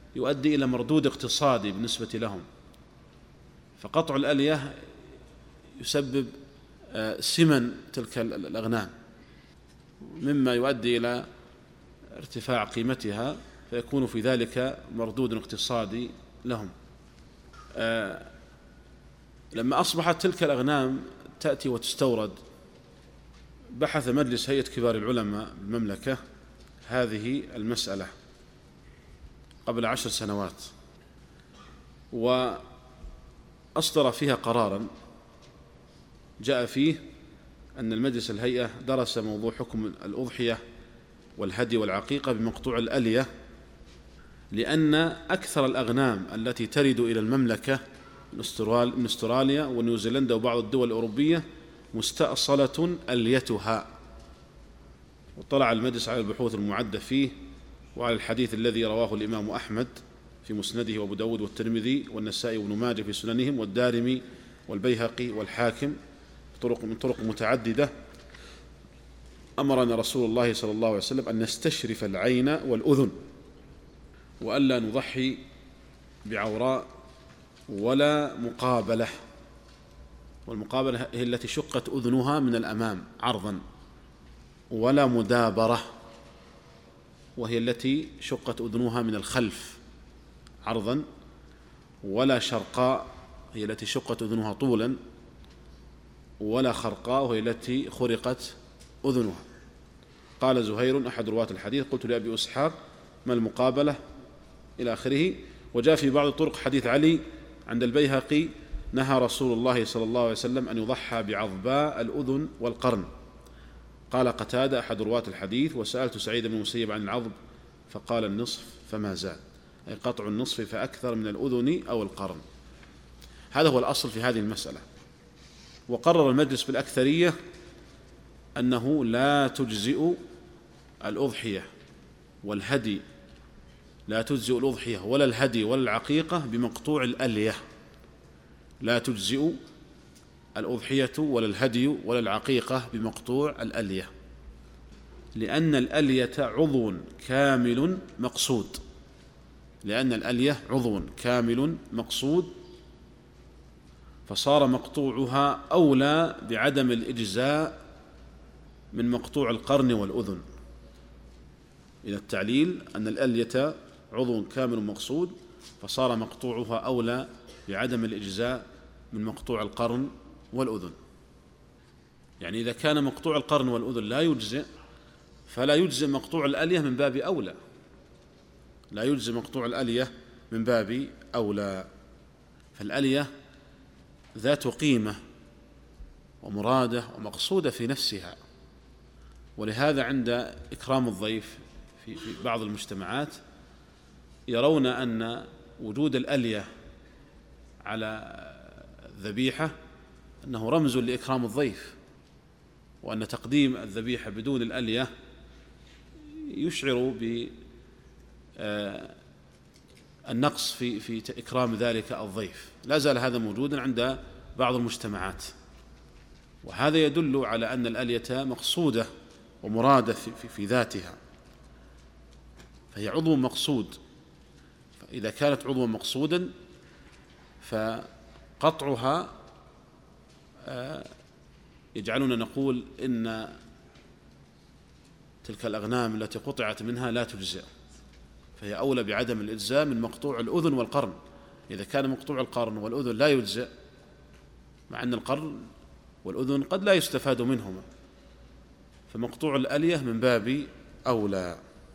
يؤدي إلى مردود اقتصادي بالنسبة لهم، فقطع الألية يسبب سمن تلك الأغنام مما يؤدي إلى ارتفاع قيمتها، فيكون في ذلك مردود اقتصادي لهم. لما أصبحت تلك الأغنام تأتي وتستورد، بحث مجلس هيئة كبار العلماء بالمملكة هذه المسألة قبل عشر سنوات، وأصدر فيها قراراً جاء فيه أن المجلس الهيئة درس موضوع حكم الأضحية والهدي والعقيقة بمقطوع الألية، لأن أكثر الأغنام التي ترد إلى المملكة من أستراليا ونيوزيلندا وبعض الدول الأوروبية مستأصلة أليتها. وطلع المجلس على البحوث المعدة فيه وعلى الحديث الذي رواه الإمام أحمد في مسنده وأبو داود والترمذي والنسائي وابن ماجه في سننهم والدارمي والبيهقي والحاكم طرق من طرق متعددة. أمرنا رسول الله صلى الله عليه وسلم أن نستشرف العين والأذن، وألا نضحي بعوراء ولا مقابلة، والمقابلة هي التي شقت أذنها من الأمام عرضا، ولا مدابرة وهي التي شقت أذنها من الخلف عرضا، ولا شرقاء هي التي شقت أذنها طولا، ولا خرقاء وهي التي خرقت أذنها. قال زهير أحد رواة الحديث: قلت لأبي إسحاق ما المقابلة إلى آخره. وجاء في بعض الطرق حديث علي عند البيهقي: نهى رسول الله صلى الله عليه وسلم أن يضحى بعظباء الأذن والقرن. قال قتادة أحد رواة الحديث: وسألت سعيد بن المسيب عن العظب فقال النصف فما زاد، أي قطع النصف فأكثر من الأذن أو القرن. هذا هو الأصل في هذه المسألة. وقرر المجلس بالأكثرية أنه لا تجزئ الأضحية والهدي لا تجزئ الأضحية ولا الهدي ولا العقيقة بمقطوع الألية، لا تجزئ الأضحية ولا الهدي ولا العقيقة بمقطوع الألية، لأن الألية عضو كامل مقصود، لأن الألية عضو كامل مقصود، فصار مقطوعها أولى بعدم الإجزاء من مقطوع القرن والأذن. إلى التعليل أن الألية عضو كامل مقصود، فصار مقطوعها أولى بعدم الإجزاء من مقطوع القرن والأذن. يعني إذا كان مقطوع القرن والأذن لا يجزئ، فلا يجزئ مقطوع الألية من باب أولى، لا يجزئ مقطوع الألية من باب أولى. فالألية ذات قيمة ومرادة ومقصودة في نفسها، ولهذا عند إكرام الضيف في بعض المجتمعات يرون أن وجود الألية على الذبيحة أنه رمز لإكرام الضيف، وأن تقديم الذبيحة بدون الألية يشعر بالنقص في في إكرام ذلك الضيف. لا زال هذا موجودا عند بعض المجتمعات، وهذا يدل على أن الألية مقصودة ومرادة في, في, في ذاتها، فهي عضو مقصود. فإذا كانت عضوا مقصودا فقطعها يجعلنا نقول إن تلك الأغنام التي قطعت منها لا تجزئ، فهي أولى بعدم الإجزاء من مقطوع الأذن والقرن. إذا كان مقطوع القرن والأذن لا يجزئ، مع أن القرن والأذن قد لا يستفاد منهما، فمقطوع الألية من باب أولى.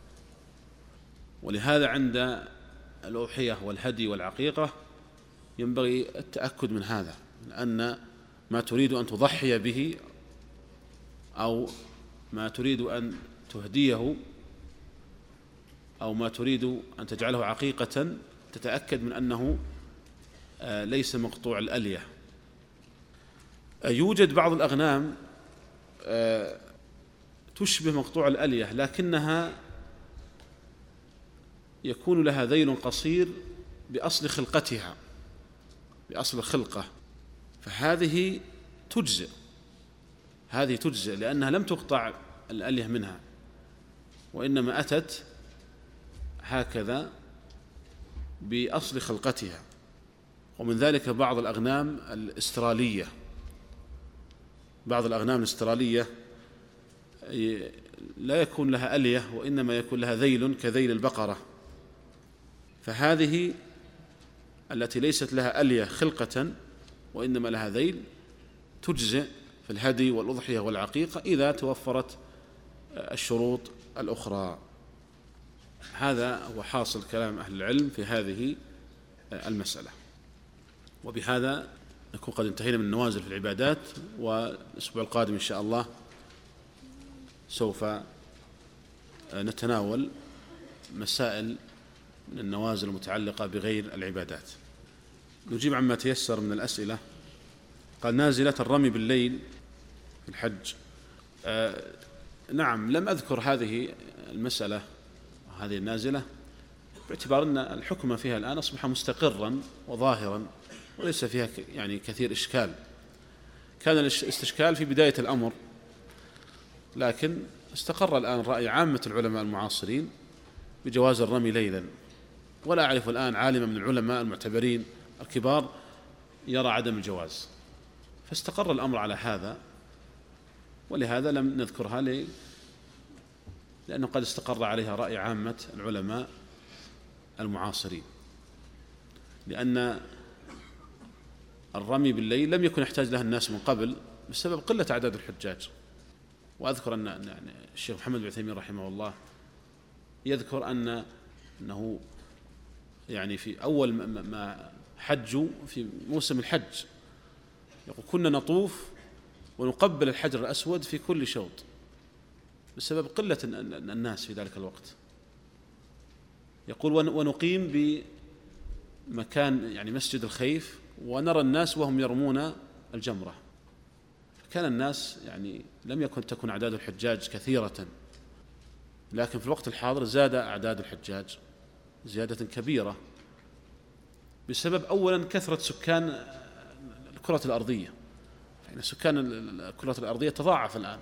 ولهذا عند الأضحية والهدي والعقيقة ينبغي التأكد من هذا، أن ما تريد أن تضحي به أو ما تريد أن تهديه أو ما تريد أن تجعله عقيقة تتأكد من أنه ليس مقطوع الألية. يوجد بعض الأغنام تشبه مقطوع الألية لكنها يكون لها ذيل قصير بأصل خلقتها، بأصل الخلقة، فهذه تجزئ، هذه تجزئ لأنها لم تقطع الألية منها، وإنما أتت هكذا بأصل خلقتها. ومن ذلك بعض الأغنام الاسترالية، بعض الأغنام الاسترالية لا يكون لها ألية وإنما يكون لها ذيل كذيل البقرة، فهذه التي ليست لها ألية خلقة وإنما لها ذيل تجزئ في الهدي والأضحية والعقيقة إذا توفرت الشروط الأخرى. هذا هو حاصل كلام أهل العلم في هذه المسألة. وبهذا نكون قد انتهينا من النوازل في العبادات، والأسبوع القادم إن شاء الله سوف نتناول مسائل من النوازل المتعلقة بغير العبادات. نجيب عما تيسر من الأسئلة. قال: نازلة الرمي بالليل في الحج. آه نعم، لم أذكر هذه المسألة هذه النازلة باعتبار أن الحكم فيها الآن أصبح مستقرا وظاهرا وليس فيها يعني كثير إشكال. كان الاستشكال في بداية الأمر، لكن استقر الآن رأي عامة العلماء المعاصرين بجواز الرمي ليلا، ولا أعرف الآن عالما من العلماء المعتبرين الكبار يرى عدم الجواز، فاستقر الأمر على هذا، ولهذا لم نذكرها لي لأنه قد استقر عليها رأي عامة العلماء المعاصرين، لأن الرمي بالليل لم يكن يحتاج لها الناس من قبل بسبب قلة أعداد الحجاج. وأذكر أن يعني الشيخ محمد بن عثيمين رحمه الله يذكر أن أنه يعني في أول ما حجوا في موسم الحج يقول: كنا نطوف ونقبل الحجر الأسود في كل شوط بسبب قلة الناس في ذلك الوقت. يقول: ونقيم بمكان يعني مسجد الخيف ونرى الناس وهم يرمون الجمرة، فكان الناس يعني لم يكن تكن أعداد الحجاج كثيرة، لكن في الوقت الحاضر زاد أعداد الحجاج زيادة كبيرة بسبب أولا كثرة سكان الكرة الأرضية، يعني سكان الكرة الأرضية تضاعف الآن،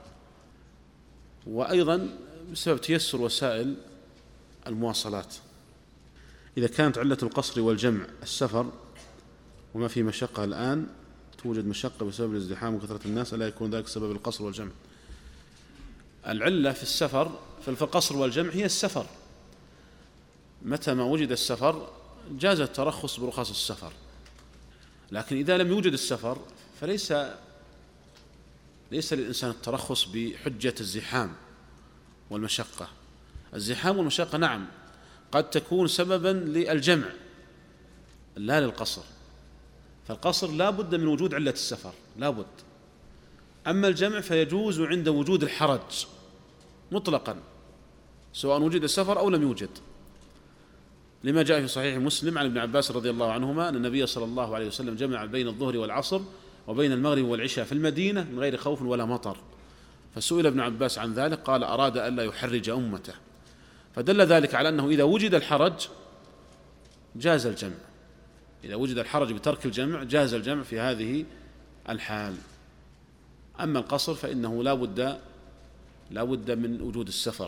وأيضا بسبب تيسر وسائل المواصلات. إذا كانت علة القصر والجمع السفر وما في مشقة الآن توجد مشقة بسبب الازدحام وكثرة الناس، ألا يكون ذلك سبب القصر والجمع؟ العلة في السفر في القصر والجمع هي السفر. متى ما وجد السفر جاز الترخص برخص السفر، لكن إذا لم يوجد السفر فليس ليس للإنسان الترخص بحجة الزحام والمشقة. الزحام والمشقة نعم قد تكون سببا للجمع لا للقصر، فالقصر لا بد من وجود علة السفر لا بد، أما الجمع فيجوز عند وجود الحرج مطلقا سواء وجد السفر أو لم يوجد، لما جاء في صحيح مسلم عن ابن عباس رضي الله عنهما أن النبي صلى الله عليه وسلم جمع بين الظهر والعصر وبين المغرب والعشاء في المدينة من غير خوف ولا مطر، فسئل ابن عباس عن ذلك قال: أراد ألا يحرج أمته، فدل ذلك على أنه إذا وجد الحرج جاز الجمع، إذا وجد الحرج بترك الجمع جاز الجمع في هذه الحال. أما القصر فإنه لا بد لا بد من وجود السفر.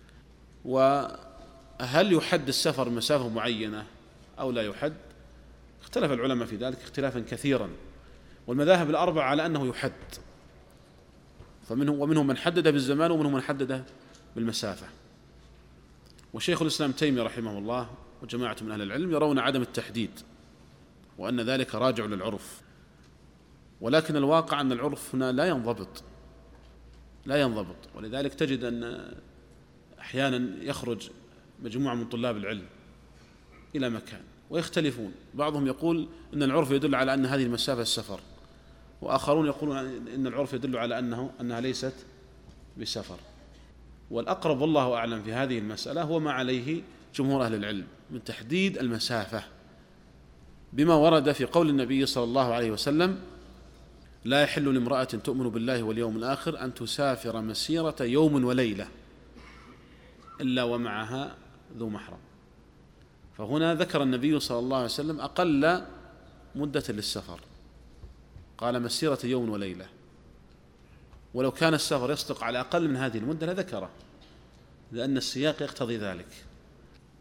وهل يحد السفر مسافة معينة أو لا يحد؟ اختلف العلماء في ذلك اختلافا كثيرا، والمذاهب الأربعة على أنه يحد، فمنهم ومنهم من حدد بالزمان ومنهم من حدد بالمسافة. وشيخ الإسلام تيمية رحمه الله وجماعة من أهل العلم يرون عدم التحديد وأن ذلك راجع للعرف، ولكن الواقع أن العرف هنا لا ينضبط لا ينضبط ولذلك تجد أن أحيانا يخرج مجموعة من طلاب العلم إلى مكان ويختلفون، بعضهم يقول أن العرف يدل على أن هذه المسافة السفر، وآخرون يقولون أن العرف يدل على أنه أنها ليست بسفر. والأقرب والله أعلم في هذه المسألة هو ما عليه جمهور أهل العلم من تحديد المسافة بما ورد في قول النبي صلى الله عليه وسلم: لا يحل لامرأة تؤمن بالله واليوم الآخر أن تسافر مسيرة يوم وليلة إلا ومعها ذو محرم. فهنا ذكر النبي صلى الله عليه وسلم أقل مدة للسفر، قال مسيرة يوم وليلة، ولو كان السفر يصدق على أقل من هذه المدة لذكره، لأن السياق يقتضي ذلك.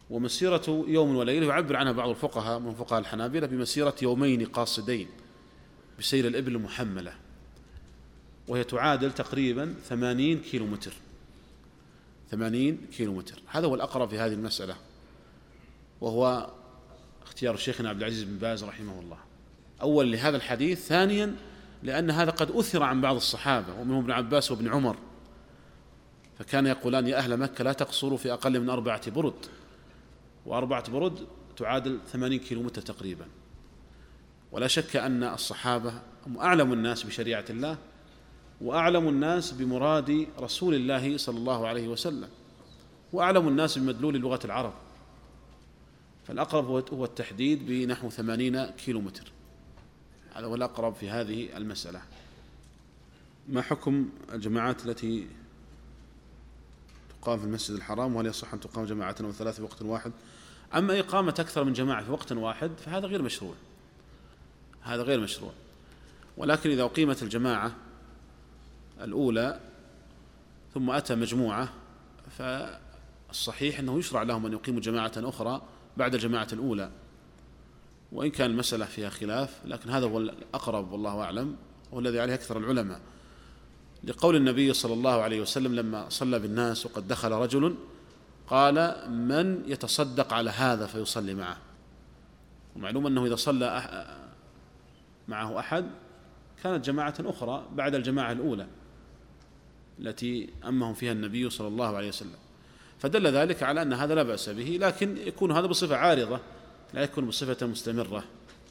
ومسيرة يوم وليلة يعبر عنها بعض الفقهاء من فقهاء الحنابلة بمسيرة يومين قاصدين بسير الإبل المحملة، وهي تعادل تقريبا ثمانين كيلو متر ثمانين كيلو متر. هذا هو الأقرب في هذه المسألة، وهو اختيار شيخنا عبد العزيز بن باز رحمه الله، أول لهذا الحديث، ثانيا لأن هذا قد أثر عن بعض الصحابة ومنهم ابن عباس وابن عمر، فكان يقولان يا أهل مكة لا تقصروا في أقل من أربعة برد، وأربعة برد تعادل ثمانين كيلو متر تقريبا. ولا شك أن الصحابة هم أعلم الناس بشريعة الله وأعلم الناس بمراد رسول الله صلى الله عليه وسلم وأعلم الناس بمدلول لغة العرب، فالأقرب هو التحديد بنحو ثمانين كيلو متر، هذا هو الأقرب في هذه المسألة. ما حكم الجماعات التي تقام في المسجد الحرام، وهل يصح أن تقام جماعة أو ثلاث في وقت واحد؟ أما إقامة أكثر من جماعة في وقت واحد فهذا غير مشروع، هذا غير مشروع. ولكن إذا أقيمت الجماعة الأولى ثم أتى مجموعة فالصحيح أنه يشرع لهم أن يقيموا جماعة أخرى بعد الجماعة الأولى، وإن كان المسألة فيها خلاف، لكن هذا هو الأقرب والله أعلم، وهو الذي عليه أكثر العلماء، لقول النبي صلى الله عليه وسلم لما صلى بالناس وقد دخل رجل قال من يتصدق على هذا فيصلي معه. ومعلوم أنه إذا صلى معه أحد كانت جماعة أخرى بعد الجماعة الأولى التي أمهم فيها النبي صلى الله عليه وسلم، فدل ذلك على أن هذا لا بأس به، لكن يكون هذا بصفة عارضة لا يكون بصفة مستمرة.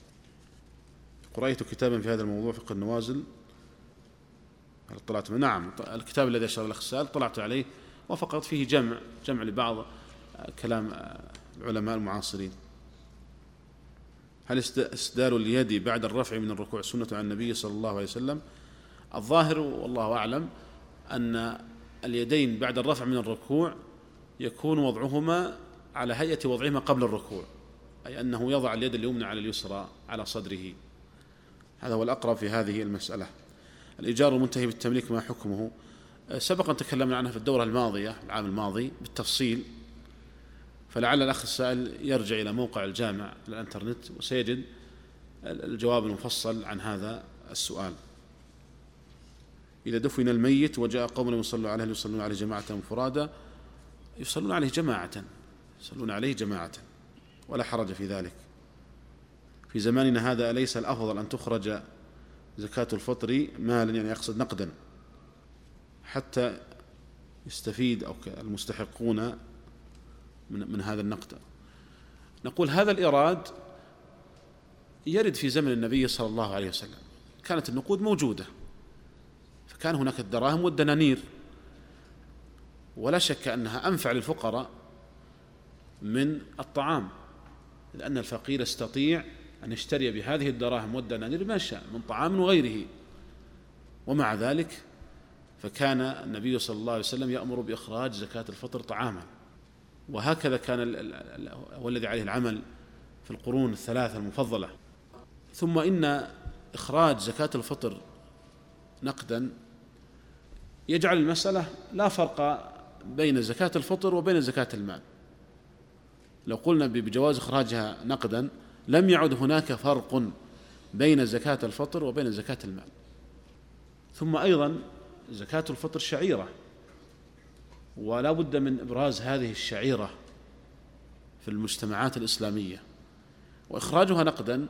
قرأت كتابا في هذا الموضوع فقه النوازل، هل اطلعت؟ نعم، الكتاب الذي أشار الأخ سائل طلعت عليه، وفقط فيه جمع جمع لبعض كلام العلماء المعاصرين. هل استدار اليد بعد الرفع من الركوع سنة عن النبي صلى الله عليه وسلم؟ الظاهر والله أعلم أن اليدين بعد الرفع من الركوع يكون وضعهما على هيئة وضعهما قبل الركوع، أي أنه يضع اليد اليمنى على اليسرى على صدره، هذا هو الأقرب في هذه المسألة. الإيجار المنتهي بالتمليك ما حكمه؟ سبق أن تكلمنا عنها في الدورة الماضية العام الماضي بالتفصيل، فلعل الأخ السائل يرجع إلى موقع الجامع الانترنت وسيجد الجواب المفصل عن هذا السؤال. إذا دفن الميت وجاء قوم يصلون عليه يصلون عليه جماعة مفرادة، يصلون عليه جماعة يصلون عليه جماعة ولا حرج في ذلك. في زماننا هذا أليس الأفضل أن تخرج زكاة الفطر مالا، يعني يقصد نقدا، حتى يستفيد أو المستحقون من, من هذا النقد؟ نقول هذا الإيراد يرد في زمن النبي صلى الله عليه وسلم، كانت النقود موجودة، فكان هناك الدراهم والدنانير، ولا شك أنها أنفع للفقراء من الطعام، لأن الفقير يستطيع أن يشتري بهذه الدراهم والدنانير ما شاء من طعام وغيره، ومع ذلك فكان النبي صلى الله عليه وسلم يأمر بإخراج زكاة الفطر طعاما، وهكذا كان هو الذي عليه العمل في القرون الثلاثة المفضلة. ثم إن إخراج زكاة الفطر نقدا يجعل المسألة لا فرق بين زكاة الفطر وبين زكاة المال. لو قلنا بجواز إخراجها نقدا لم يعد هناك فرق بين زكاة الفطر وبين زكاة المال. ثم أيضا زكاة الفطر شعيرة، ولا بد من إبراز هذه الشعيرة في المجتمعات الإسلامية، وإخراجها نقدا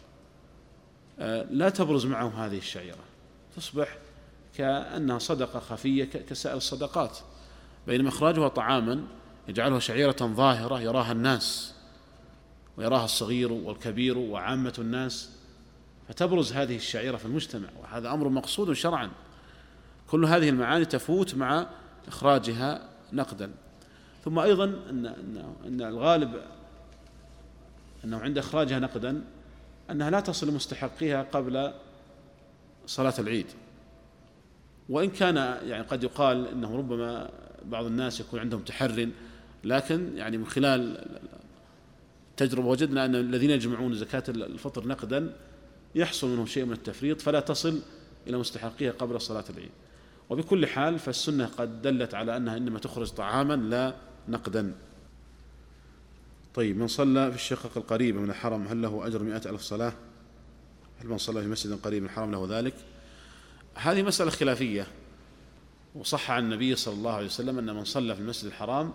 لا تبرز معه هذه الشعيرة، تصبح كأنها صدقة خفية كسائر الصدقات، بينما إخراجها طعاما يجعلها شعيرة ظاهرة يراها الناس ويراها الصغير والكبير وعامة الناس، فتبرز هذه الشعيرة في المجتمع، وهذا أمر مقصود شرعا. كل هذه المعاني تفوت مع إخراجها نقدا. ثم أيضا أن, أن الغالب أنه عند إخراجها نقدا أنها لا تصل لمستحقيها قبل صلاة العيد، وإن كان يعني قد يقال أنه ربما بعض الناس يكون عندهم تحر، لكن يعني من خلال التجربة وجدنا أن الذين يجمعون زكاة الفطر نقدا يحصل منهم شيء من التفريط فلا تصل إلى مستحقيها قبل صلاة العيد. وبكل حال فالسنة قد دلت على أنها إنما تخرج طعاما لا نقدا. طيب، من صلى في الشقق القريبة من الحرم هل له أجر مئة ألف صلاة؟ هل من صلى في مسجد قريب من الحرم له ذلك؟ هذه مسألة خلافية، وصح عن النبي صلى الله عليه وسلم أن من صلى في المسجد الحرام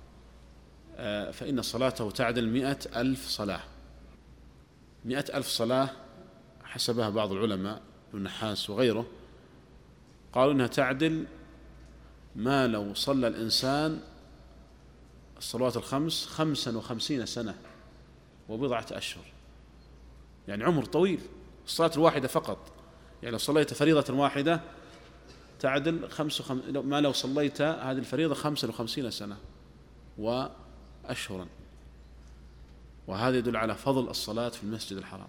فإن صلاته تعدل مئة ألف صلاة. مئة ألف صلاة حسبها بعض العلماء ابن النحاس وغيره، قالوا أنها تعدل ما لو صلى الإنسان الصلوات الخمس خمسا وخمسين سنة وبضعة أشهر، يعني عمر طويل. الصلاة الواحدة فقط، يعني لو صليت فريضة واحدة تعدل خمس وخم... ما لو صليت هذه الفريضة خمسا وخمسين سنة وأشهرا. وهذا يدل على فضل الصلاة في المسجد الحرام.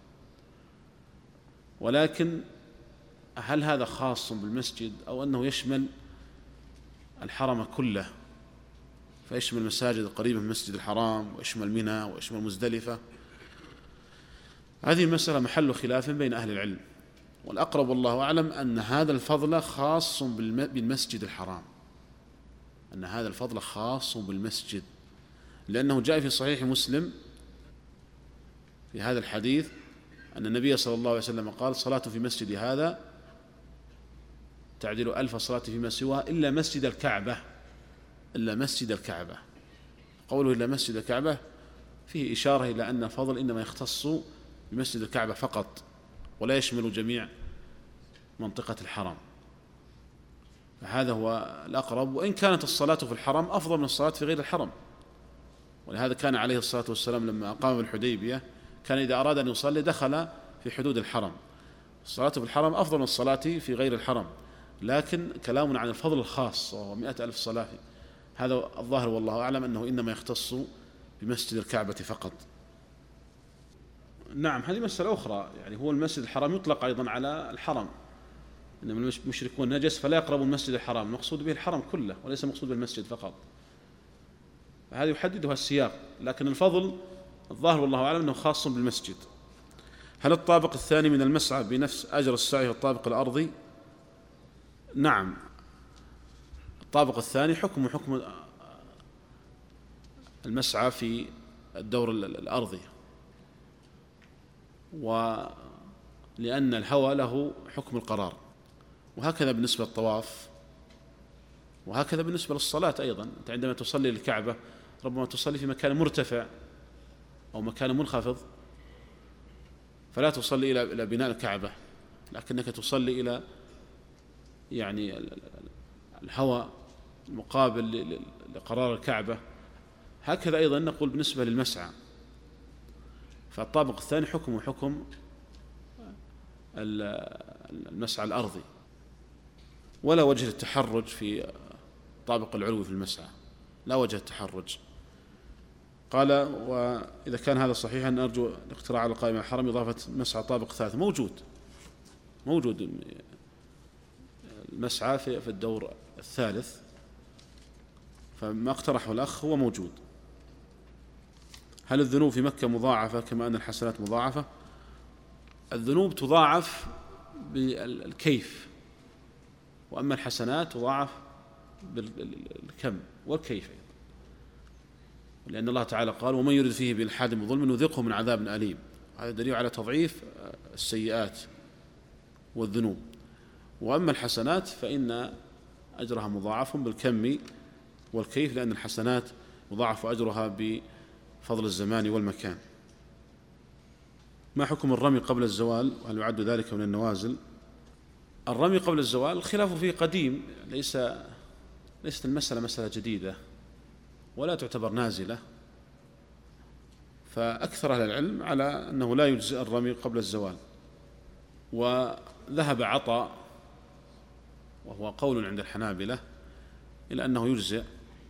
ولكن هل هذا خاص بالمسجد أو أنه يشمل الحرم كله، فيشمل المساجد القريبة من المسجد الحرام ويشمل منى ويشمل مزدلفة؟ هذه المسألة محل خلاف بين أهل العلم، والأقرب والله أعلم أن هذا الفضل خاص بالمسجد الحرام، أن هذا الفضل خاص بالمسجد، لأنه جاء في صحيح مسلم في هذا الحديث أن النبي صلى الله عليه وسلم قال: صلاة في مسجد هذا تعدل ألف صلاة فيما سواه إلا مسجد الكعبة. إلا مسجد الكعبة، قوله إلا مسجد الكعبة فيه إشارة إلى أن الفضل إنما يختص بمسجد الكعبة فقط، ولا يشمل جميع منطقة الحرم. فهذا هو الأقرب، وإن كانت الصلاة في الحرم أفضل من الصلاة في غير الحرم. ولهذا كان عليه الصلاة والسلام لما أقام بالحديبية كان إذا أراد أن يصلي دخل في حدود الحرم. الصلاة في الحرم أفضل من الصلاة في غير الحرم، لكن كلامنا عن الفضل الخاص وهو مئة ألف صلاة، هذا الظاهر والله أعلم أنه إنما يختص بمسجد الكعبة فقط. نعم، هذه مسألة أخرى، يعني هو المسجد الحرام يطلق أيضا على الحرم، إنما المشركون نجس فلا يقربوا المسجد الحرام، المقصود به الحرم كله وليس مقصود بالمسجد فقط. هذه يحددها السياق، لكن الفضل الظاهر والله أعلم أنه خاص بالمسجد. هل الطابق الثاني من المسعى بنفس أجر السعي في الطابق الأرضي؟ نعم، الطابق الثاني حكم حكم المسعى في الدور الأرضي، ولأن الهوى له حكم القرار، وهكذا بالنسبة للطواف، وهكذا بالنسبة للصلاة أيضا. أنت عندما تصلي للكعبة ربما تصلي في مكان مرتفع أو مكان منخفض، فلا تصلي إلى بناء الكعبة، لكنك تصلي إلى يعني الهوى المقابل لقرار الكعبة. هكذا أيضا نقول بالنسبة للمسعى، فالطابق الثاني حكم حكم المسعى الأرضي، ولا وجه التحرج في الطابق العلوي في المسعى، لا وجه التحرج. قال: وإذا كان هذا صحيحا نرجو الاقتراع على القائمة الحرم إضافة مسعى طابق ثالث. موجود موجود المسعى في الدور الثالث، فما اقترحه الأخ هو موجود. هل الذنوب في مكة مضاعفة كما أن الحسنات مضاعفة؟ الذنوب تضاعف بالكيف، وأما الحسنات تضاعف بالكم والكيف، لأن الله تعالى قال: ومن يرد فيه بإلحاد بظلم نذقه من عذاب أليم. هذا دليل على تضعيف السيئات والذنوب. وأما الحسنات فإن أجرها مضاعف بالكم والكيف، لأن الحسنات مضاعف أجرها بفضل الزمان والمكان. ما حكم الرمي قبل الزوال، وهل يعد ذلك من النوازل؟ الرمي قبل الزوال الخلاف فيه قديم، ليس ليست المسألة مسألة جديدة ولا تعتبر نازلة، فأكثر أهل العلم على أنه لا يجزئ الرمي قبل الزوال. وذهب عطاء وهو قول عند الحنابلة إلى أنه يجزئ،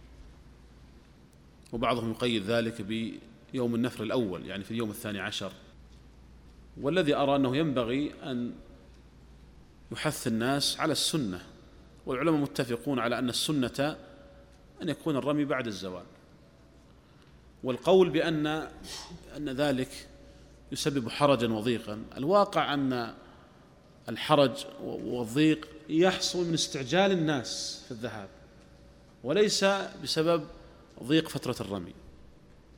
وبعضهم يقيد ذلك بيوم النفر الأول، يعني في اليوم الثاني عشر. والذي أرى أنه ينبغي أن يحث الناس على السنة، والعلماء متفقون على أن السنة أن يكون الرمي بعد الزوال. والقول بأن أن ذلك يسبب حرجا وضيقا، الواقع أن الحرج والضيق يحصل من استعجال الناس في الذهاب، وليس بسبب ضيق فترة الرمي.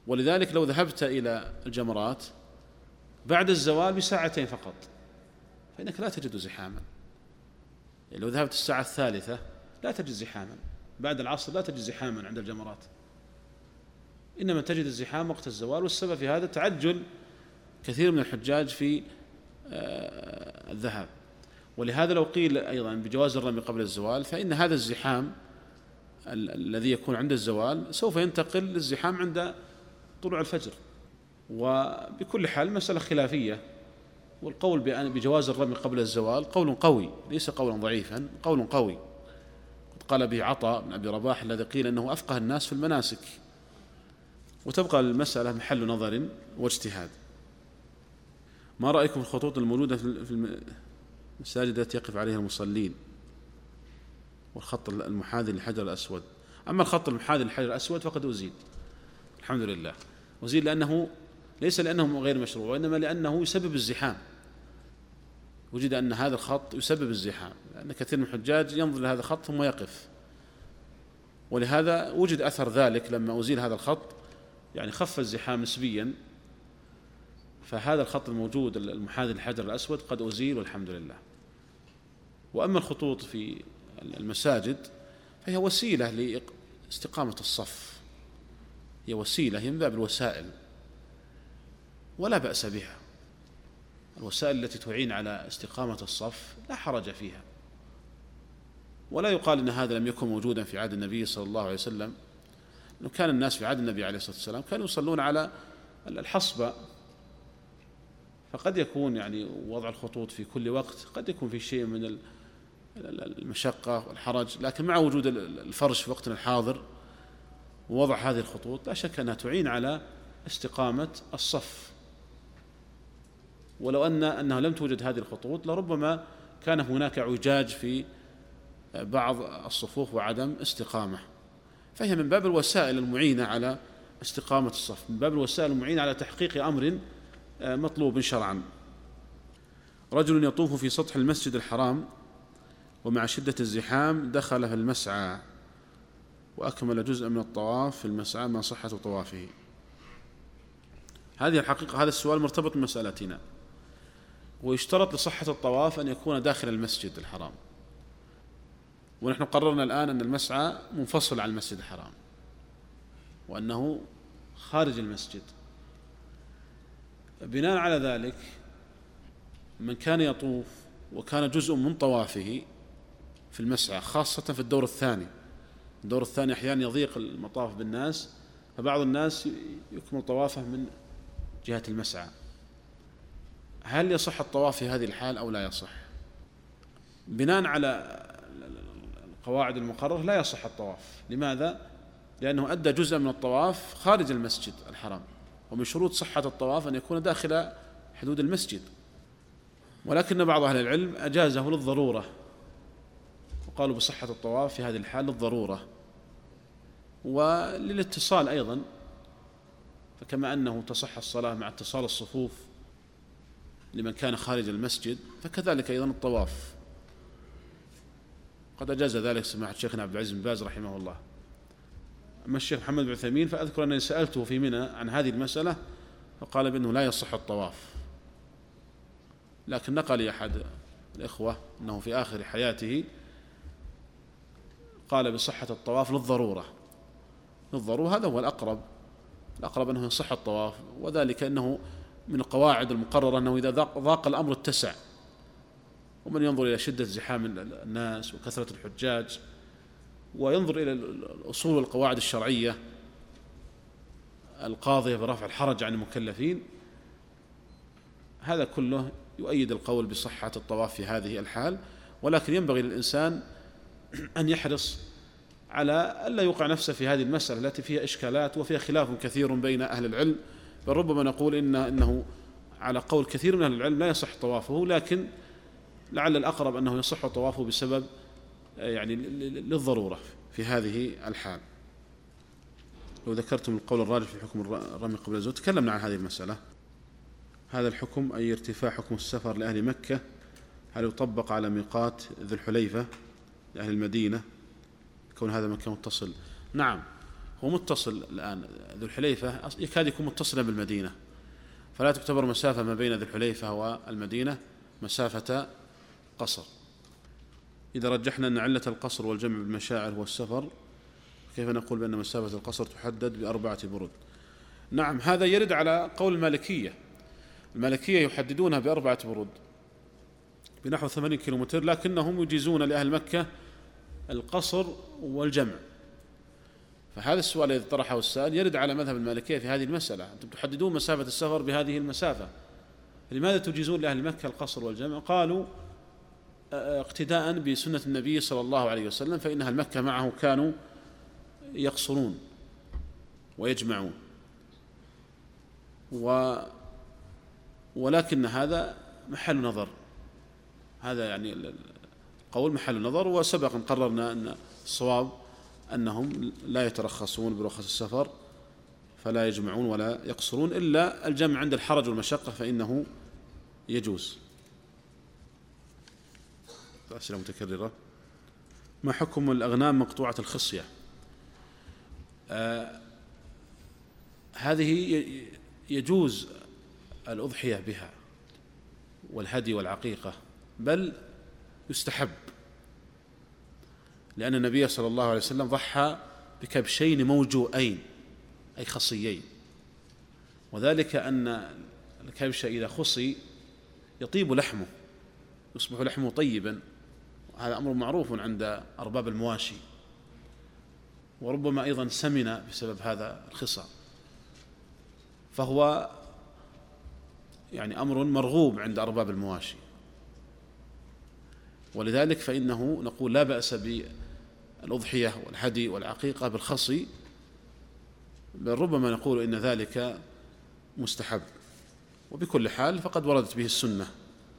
ولذلك لو ذهبت إلى الجمرات بعد الزوال بساعتين فقط فإنك لا تجد زحاما. يعني لو ذهبت الساعة الثالثة لا تجد زحاما، بعد العصر لا تجد زحاما عند الجمرات، إنما تجد الزحام وقت الزوال. والسبب في هذا تعجل كثير من الحجاج في الذهاب. ولهذا لو قيل أيضا بجواز الرمي قبل الزوال فإن هذا الزحام الذي يكون عند الزوال سوف ينتقل للزحام عند طلوع الفجر. وبكل حال مسألة خلافية، والقول بجواز الرمي قبل الزوال قول قوي ليس قولا ضعيفا، قول قوي قد قال به عطاء بن أبي رباح الذي قيل أنه أفقه الناس في المناسك. وتبقى المسألة محل نظر واجتهاد. ما رأيكم في الخطوط الموجودة في المساجد التي يقف عليها المصلين والخط المحاذي للحجر الأسود؟ أما الخط المحاذي للحجر الأسود فقد أزيل الحمد لله، أزيل لأنه ليس لأنه غير مشروع وإنما لأنه يسبب الزحام. وجد أن هذا الخط يسبب الزحام لأن كثير من الحجاج ينظر لهذا الخط ثم يقف، ولهذا وجد أثر ذلك لما أزيل هذا الخط يعني خف الزحام نسبيا. فهذا الخط الموجود المحاذي للحجر الأسود قد أزيل والحمد لله. وأما الخطوط في المساجد فهي وسيلة لاستقامة الصف، هي وسيلة، هي من باب الوسائل ولا بأس بها. الوسائل التي تعين على استقامة الصف لا حرج فيها، ولا يقال إن هذا لم يكن موجودا في عهد النبي صلى الله عليه وسلم، لأنه كان الناس في عهد النبي عليه الصلاة والسلام كانوا يصلون على الحصبة، فقد يكون يعني وضع الخطوط في كل وقت قد يكون في شيء من المشقة والحرج، لكن مع وجود الفرش في وقتنا الحاضر ووضع هذه الخطوط لا شك أنها تعين على استقامة الصف. ولو أن أنه لم توجد هذه الخطوط لربما كان هناك اعوجاج في بعض الصفوف وعدم استقامة. فهي من باب الوسائل المعينة على استقامة الصف، من باب الوسائل المعينة على تحقيق أمر مطلوب شرعا. رجل يطوف في سطح المسجد الحرام ومع شدة الزحام دخل في المسعى وأكمل جزء من الطواف في المسعى ما صحة طوافه. هذه الحقيقة هذا السؤال مرتبط بمسألتنا، ويشترط لصحة الطواف أن يكون داخل المسجد الحرام، ونحن قررنا الآن أن المسعى منفصل عن المسجد الحرام وأنه خارج المسجد. بناء على ذلك من كان يطوف وكان جزء من طوافه في المسعى خاصة في الدور الثاني، الدور الثاني أحيانا يضيق المطاف بالناس، فبعض الناس يكمل طوافه من جهة المسعى، هل يصح الطواف في هذه الحال أو لا يصح؟ بناء على القواعد المقررة لا يصح الطواف. لماذا؟ لأنه أدى جزء من الطواف خارج المسجد الحرام، ومن شروط صحة الطواف أن يكون داخل حدود المسجد. ولكن بعض أهل العلم أجازه للضرورة وقالوا بصحة الطواف في هذه الحال للضرورة وللاتصال أيضا، فكما أنه تصح الصلاة مع اتصال الصفوف لمن كان خارج المسجد فكذلك أيضا الطواف. قد أجاز ذلك سماحة شيخنا عبد العزيز بن باز رحمه الله. أما الشيخ محمد بن عثيمين فأذكر أنني سألته في منى عن هذه المسألة فقال بأنه لا يصح الطواف، لكن نقل لي أحد الإخوة أنه في آخر حياته قال بصحة الطواف للضرورة، للضرورة هذا هو الأقرب، الأقرب أنه يصح الطواف، وذلك أنه من القواعد المقررة أنه إذا ضاق الأمر اتسع، ومن ينظر إلى شدة زحام الناس وكثرة الحجاج وينظر إلى الأصول والقواعد الشرعية القاضية برفع الحرج عن المكلفين، هذا كله يؤيد القول بصحة الطواف في هذه الحال. ولكن ينبغي للإنسان أن يحرص على ألا يوقع نفسه في هذه المسألة التي فيها إشكالات وفيها خلاف كثير بين أهل العلم، بل ربما نقول إن إنه على قول كثير من أهل العلم لا يصح طوافه، لكن لعل الأقرب أنه يصح طوافه بسبب يعني للضرورة في هذه الحال. لو ذكرتم القول الراجح في حكم الرمي قبل الزوال تكلمنا عن هذه المسألة. هذا الحكم أي ارتفاع حكم السفر لأهل مكة هل يطبق على ميقات ذي الحليفة لأهل المدينة كون هذا مكان متصل؟ نعم، هو متصل الآن، ذو الحليفة يكاد يكون متصلا بالمدينة، فلا تعتبر مسافة ما بين ذي الحليفة والمدينة مسافة قصر. إذا رجحنا أن علة القصر والجمع بالمشاعر هو السفر، كيف نقول بأن مسافة القصر تحدد بأربعة برود؟ نعم، هذا يرد على قول المالكية. المالكية يحددونها بأربعة برود بنحو ثمانين كيلومتر، لكنهم يجيزون لأهل مكة القصر والجمع. فهذا السؤال الذي طرحه السائل يرد على مذهب المالكية في هذه المسألة. أنتم تحددون مسافة السفر بهذه المسافة، لماذا تجيزون لأهل مكة القصر والجمع؟ قالوا اقتداء بسنة النبي صلى الله عليه وسلم، فإن أهل مكة معه كانوا يقصرون ويجمعون، و ولكن هذا محل نظر، هذا يعني القول محل نظر. وسبق أن قررنا أن الصواب أنهم لا يترخصون برخص السفر، فلا يجمعون ولا يقصرون، إلا الجمع عند الحرج والمشقة فإنه يجوز. أسئلة متكررة. ما حكم الأغنام مقطوعة الخصية؟ آه هذه يجوز الأضحية بها والهدي والعقيقة، بل يستحب، لأن النبي صلى الله عليه وسلم ضحى بكبشين موجوئين أي خصيين، وذلك أن الكبش إذا خصي يطيب لحمه، يصبح لحمه طيبا، هذا أمر معروف عند أرباب المواشي، وربما أيضا سمن بسبب هذا الخصى، فهو يعني أمر مرغوب عند أرباب المواشي. ولذلك فإنه نقول لا بأس بالأضحية والهدي والعقيقة بالخصي، بل ربما نقول إن ذلك مستحب. وبكل حال فقد وردت به السنة.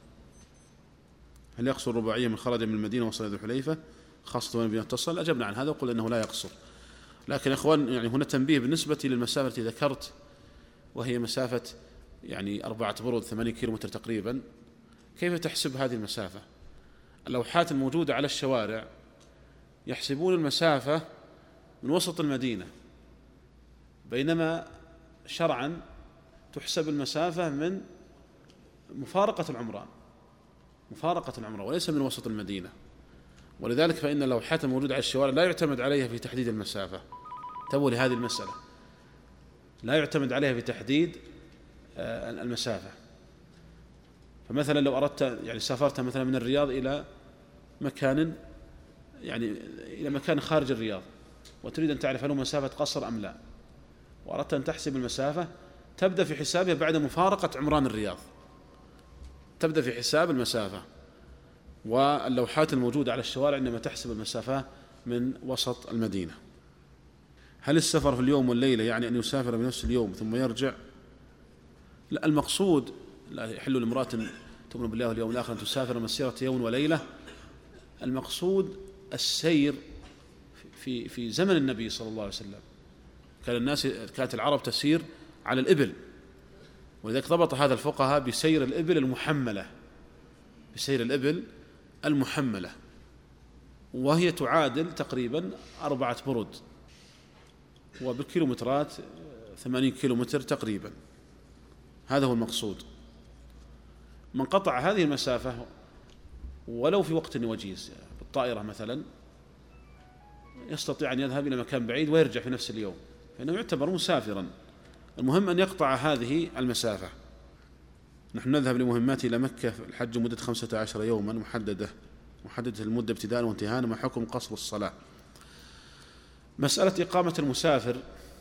هل يقصر رباعية من خرج من المدينة وصل إلى ذي الحليفة خاصة وين اتصل؟ أجبنا عن هذا وقلنا أنه لا يقصر. لكن إخوان يعني هنا تنبيه بالنسبة للمسافة التي ذكرت، وهي مسافة يعني أربعة برود ثمانين كيلومتر تقريبا. كيف تحسب هذه المسافة؟ اللوحات الموجودة على الشوارع يحسبون المسافة من وسط المدينة، بينما شرعا تحسب المسافة من مفارقة العمران، مفارقة العمران وليس من وسط المدينة. ولذلك فإن اللوحات الموجودة على الشوارع لا يعتمد عليها في تحديد المسافة. انتبهوا لهذه المسألة، لا يعتمد عليها في تحديد المسافة. فمثلا لو أردت يعني سافرت مثلا من الرياض إلى مكان يعني إلى مكان خارج الرياض، وتريد أن تعرف هل هو مسافة قصر أم لا، وأردت أن تحسب المسافة، تبدأ في حسابها بعد مفارقة عمران الرياض، تبدأ في حساب المسافة. واللوحات الموجودة على الشوارع إنما تحسب المسافة من وسط المدينة. هل السفر في اليوم والليلة يعني أن يسافر بنفس اليوم ثم يرجع؟ لا، المقصود لا يحل لامرأة تؤمن بالله واليوم الآخر أن تسافر مسيرة يوم وليلة. المقصود السير في في زمن النبي صلى الله عليه وسلم، كان الناس كانت العرب تسير على الإبل، ولذلك ضبط هذا الفقهاء بسير الإبل المحملة، بسير الإبل المحملة، وهي تعادل تقريبا أربعة برود، وبالكيلومترات ثمانين كيلومتر تقريبا. هذا هو المقصود. من قطع هذه المسافة ولو في وقت وجيز بالطائرة مثلا، يستطيع أن يذهب إلى مكان بعيد ويرجع في نفس اليوم، فإنه يعتبر مسافرا. المهم أن يقطع هذه المسافة. نحن نذهب لمهمات إلى مكة في الحج مدة خمسة عشر يوما محددة، محددة المدة ابتداء وانتهاء. ما حكم قصر الصلاة؟ مسألة إقامة المسافر،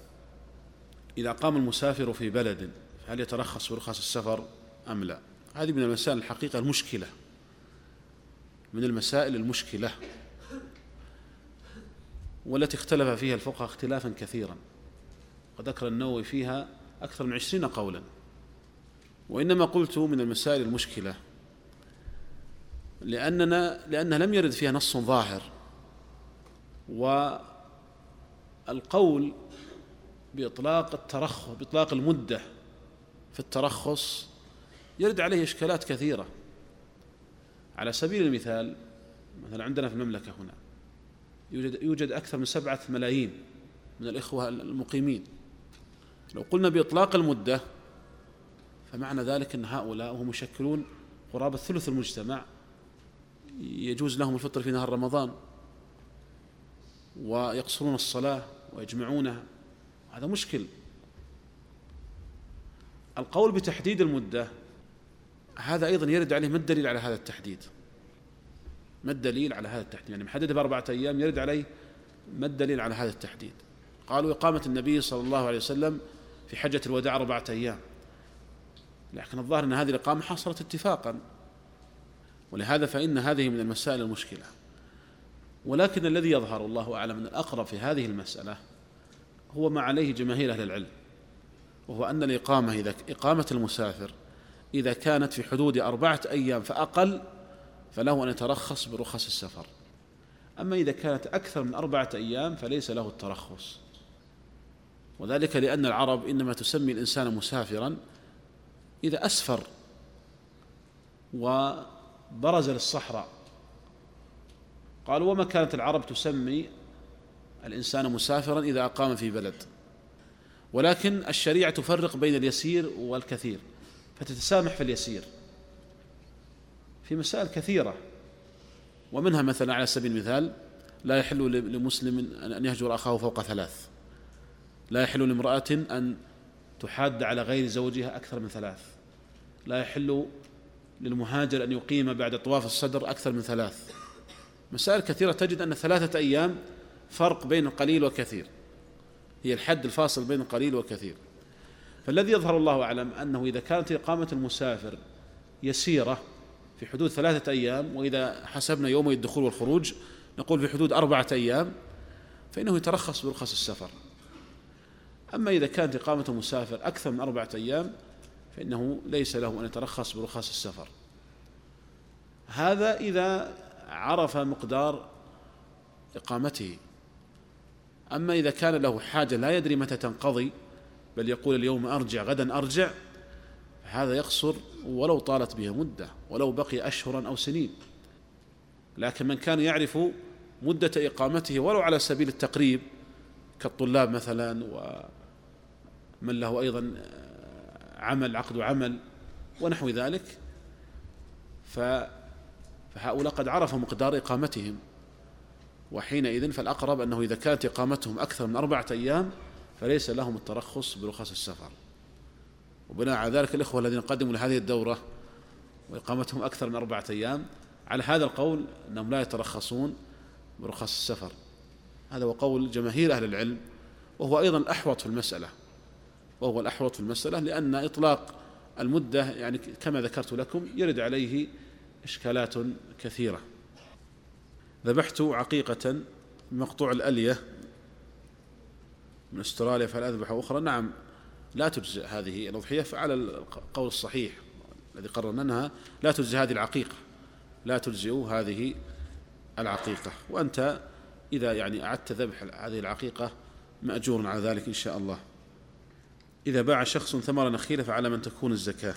إذا قام المسافر في بلد هل يترخص برخص السفر أم لا؟ هذه من المسائل الحقيقة المشكلة، من المسائل المشكلة والتي اختلف فيها الفقهاء اختلافا كثيرا، وذكر النووي فيها أكثر من عشرين قولا. وإنما قلت من المسائل المشكلة لأننا لأنها لم يرد فيها نص ظاهر، والقول بإطلاق الترخص بإطلاق المدة في الترخص يرد عليه إشكالات كثيرة. على سبيل المثال، مثلا عندنا في المملكة هنا يوجد, يوجد أكثر من سبعة ملايين من الإخوة المقيمين. لو قلنا بإطلاق المدة فمعنى ذلك أن هؤلاء وهم يشكلون قرابة ثلث المجتمع يجوز لهم الفطر في نهار رمضان ويقصرون الصلاة ويجمعونها، هذا مشكل. القول بتحديد المدة هذا أيضا يرد عليه ما الدليل على هذا التحديد؟ ما الدليل على هذا التحديد؟ يعني محدد بأربعة أيام، يرد عليه ما الدليل على هذا التحديد؟ قالوا إقامة النبي صلى الله عليه وسلم في حجة الوداع أربعة أيام، لكن الظاهر أن هذه الإقامة حصلت اتفاقا، ولهذا فإن هذه من المسائل المشكلة. ولكن الذي يظهر الله أعلم أن الأقرب في هذه المسألة هو ما عليه جماهير أهل العلم، وهو أن الإقامة إذا إقامة المسافر إذا كانت في حدود أربعة أيام فأقل فله أن يترخص برخص السفر، أما إذا كانت أكثر من أربعة أيام فليس له الترخص. وذلك لأن العرب إنما تسمي الإنسان مسافرا إذا أسفر وبرز للصحراء. قالوا وما كانت العرب تسمي الإنسان مسافرا إذا أقام في بلد، ولكن الشريعة تفرق بين اليسير والكثير، فتتسامح في اليسير في مسائل كثيرة، ومنها مثلا على سبيل المثال لا يحل لمسلم أن يهجر أخاه فوق ثلاث، لا يحل لامرأة أن تحاد على غير زوجها أكثر من ثلاث، لا يحل للمهاجر أن يقيم بعد طواف الصدر أكثر من ثلاث. مسائل كثيرة تجد أن ثلاثة أيام فرق بين القليل وكثير، هي الحد الفاصل بين القليل وكثير. فالذي يظهر الله أعلم أنه إذا كانت إقامة المسافر يسيرة في حدود ثلاثة أيام، وإذا حسبنا يومي الدخول والخروج نقول في حدود أربعة أيام، فإنه يترخص برخص السفر. أما إذا كانت إقامة المسافر أكثر من أربعة أيام فإنه ليس له أن يترخص برخص السفر. هذا إذا عرف مقدار إقامته. أما إذا كان له حاجة لا يدري متى تنقضي، بل يقول اليوم أرجع غدا أرجع، هذا يقصر ولو طالت به مدة، ولو بقي أشهرا أو سنين. لكن من كان يعرف مدة إقامته ولو على سبيل التقريب كالطلاب مثلا، ومن له أيضا عمل عقد عمل ونحو ذلك، فهؤلاء قد عرفوا مقدار إقامتهم، وحينئذ فالأقرب أنه إذا كانت إقامتهم أكثر من أربعة أيام فليس لهم الترخص برخص السفر. وبناء على ذلك الإخوة الذين قدموا لهذه الدورة وإقامتهم أكثر من أربعة أيام على هذا القول أنهم لا يترخصون برخص السفر. هذا هو قول جماهير أهل العلم، وهو أيضا الأحوط في المسألة، وهو الأحوط في المسألة لأن إطلاق المدة يعني كما ذكرت لكم يرد عليه إشكالات كثيرة. ذبحت عقيقة مقطوع الألية من أستراليا فهل أذبح أخرى؟ نعم، لا تجزئ هذه الأضحية، فعلى القول الصحيح الذي قررنا أنها لا تجزئ هذه العقيقة، لا تجزئ هذه العقيقة. وأنت إذا يعني أعدت ذبح هذه العقيقة مأجور على ذلك إن شاء الله. إذا باع شخص ثمر نخيل فعلى من تكون الزكاة؟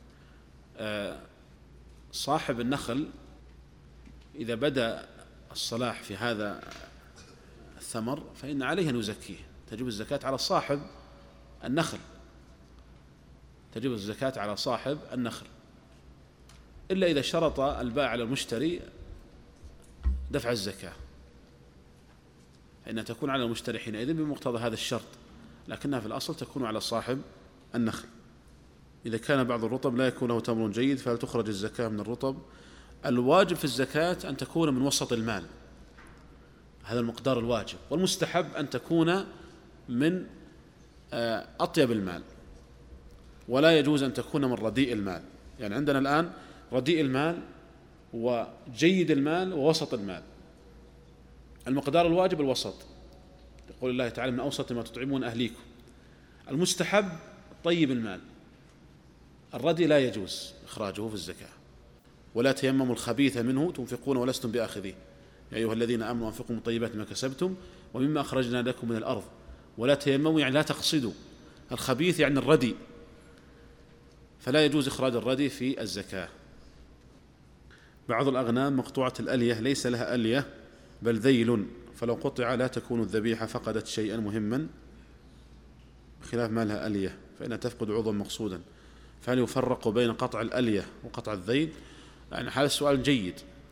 صاحب النخل إذا بدأ الصلاح في هذا الثمر فإن عليه أن يزكيه، تجب الزكاة على صاحب النخل، تجب الزكاة على صاحب النخل، إلا إذا شرط البائع على المشتري دفع الزكاة، فإنها تكون على المشتري حينئذ بمقتضى هذا الشرط، لكنها في الأصل تكون على صاحب النخل. إذا كان بعض الرطب لا يكون له تمر جيد فهل تخرج الزكاة من الرطب؟ الواجب في الزكاة أن تكون من وسط المال، هذا المقدار الواجب، والمستحب أن تكون من أطيب المال، ولا يجوز أن تكون من رديء المال. يعني عندنا الآن رديء المال وجيد المال ووسط المال، المقدار الواجب الوسط، يقول الله تعالى من أوسط ما تطعمون أهليكم. المستحب طيب المال، الردي لا يجوز إخراجه في الزكاة. ولا تيمموا الخبيث منه تنفقون ولستم بآخذيه يا أيها الذين آمنوا أنفقوا من طيبات ما كسبتم ومما أخرجنا لكم من الأرض ولا تيمموا يعني لا تقصدوا الخبيث يعني الردي، فلا يجوز إخراج الردي في الزكاة. بعض الأغنام مقطوعة الألية ليس لها ألية بل ذيل فلو قطع لا تكون الذبيحة فقدت شيئا مهما بخلاف ما لها ألية فإنها تفقد عضوا مقصودا. فهل يفرق بين قطع الألية وقطع الذيل؟ يعني هذا السؤال جيد.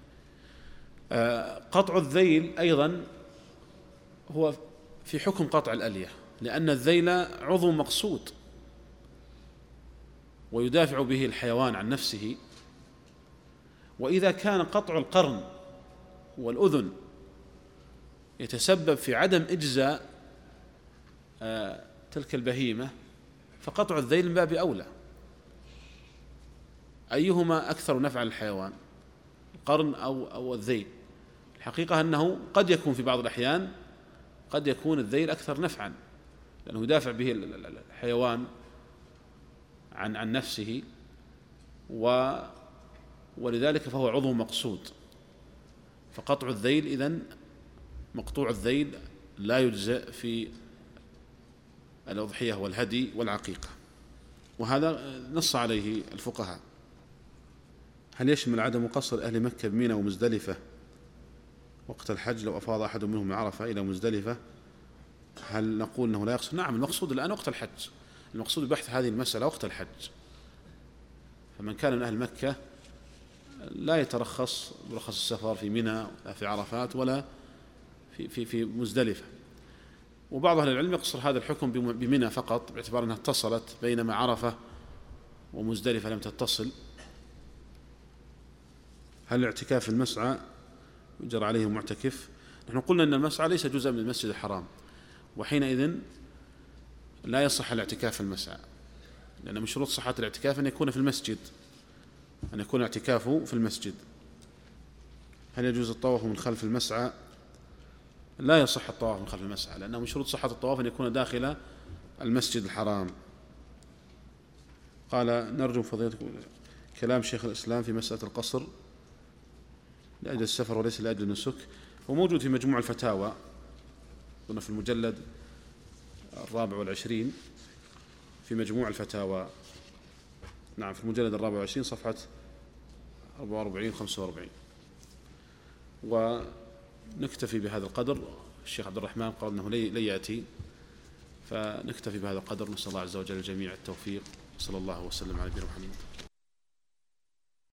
قطع الذيل أيضا هو في حكم قطع الألية، لأن الذيل عضو مقصود ويدافع به الحيوان عن نفسه. وإذا كان قطع القرن والأذن يتسبب في عدم إجزاء تلك البهيمة فقطع الذيل من باب أولى. أيهما أكثر نفعا للحيوان، القرن أو أو الذيل؟ الحقيقة أنه قد يكون في بعض الأحيان قد يكون الذيل أكثر نفعا، لأنه يدافع به الحيوان عن عن نفسه، و ولذلك فهو عضو مقصود. فقطع الذيل إذن مقطوع الذيل لا يجزئ في الأضحية والهدي والعقيقة، وهذا نص عليه الفقهاء. هل يشمل عدم قصر أهل مكة بمنى ومزدلفة وقت الحج لو أفاض أحد منهم من عرفة إلى مزدلفة؟ هل نقول أنه لا يقصر؟ نعم، المقصود الآن وقت الحج، المقصود ببحث هذه المسألة وقت الحج. فمن كان من أهل مكة لا يترخص برخص السفر في منى لا في عرفات ولا في في في مزدلفة. وبعض أهل العلم يقصر هذا الحكم بمنى فقط باعتبار أنها اتصلت، بينما عرفة ومزدلفة لم تتصل. هل الاعتكاف في المسعى يجرى عليه معتكف؟ نحن قلنا أن المسعى ليس جزءا من المسجد الحرام، وحينئذ لا يصح الاعتكاف في المسعى، لأن من شروط صحة الاعتكاف أن يكون في المسجد، أن يكون اعتكافه في المسجد. هل يجوز الطواف من خلف المسعى؟ لا يصح الطواف من خلف المسعى، لأنه من شروط صحة الطواف أن يكون داخل المسجد الحرام. قال نرجو فضيلتكم كلام شيخ الإسلام في مسألة القصر لأجل السفر وليس لأجل النسك. هو موجود في مجموع الفتاوى، هنا في المجلد الرابع والعشرين في مجموع الفتاوى، نعم في المجلد الرابع والعشرين صفحة أربعة وأربعين خمسة وأربعين. ونكتفي بهذا القدر. الشيخ عبد الرحمن قال أنه لي يأتي، فنكتفي بهذا القدر. نسأل الله عز وجل الجميع التوفيق. صلى الله وسلم على نبينا محمد.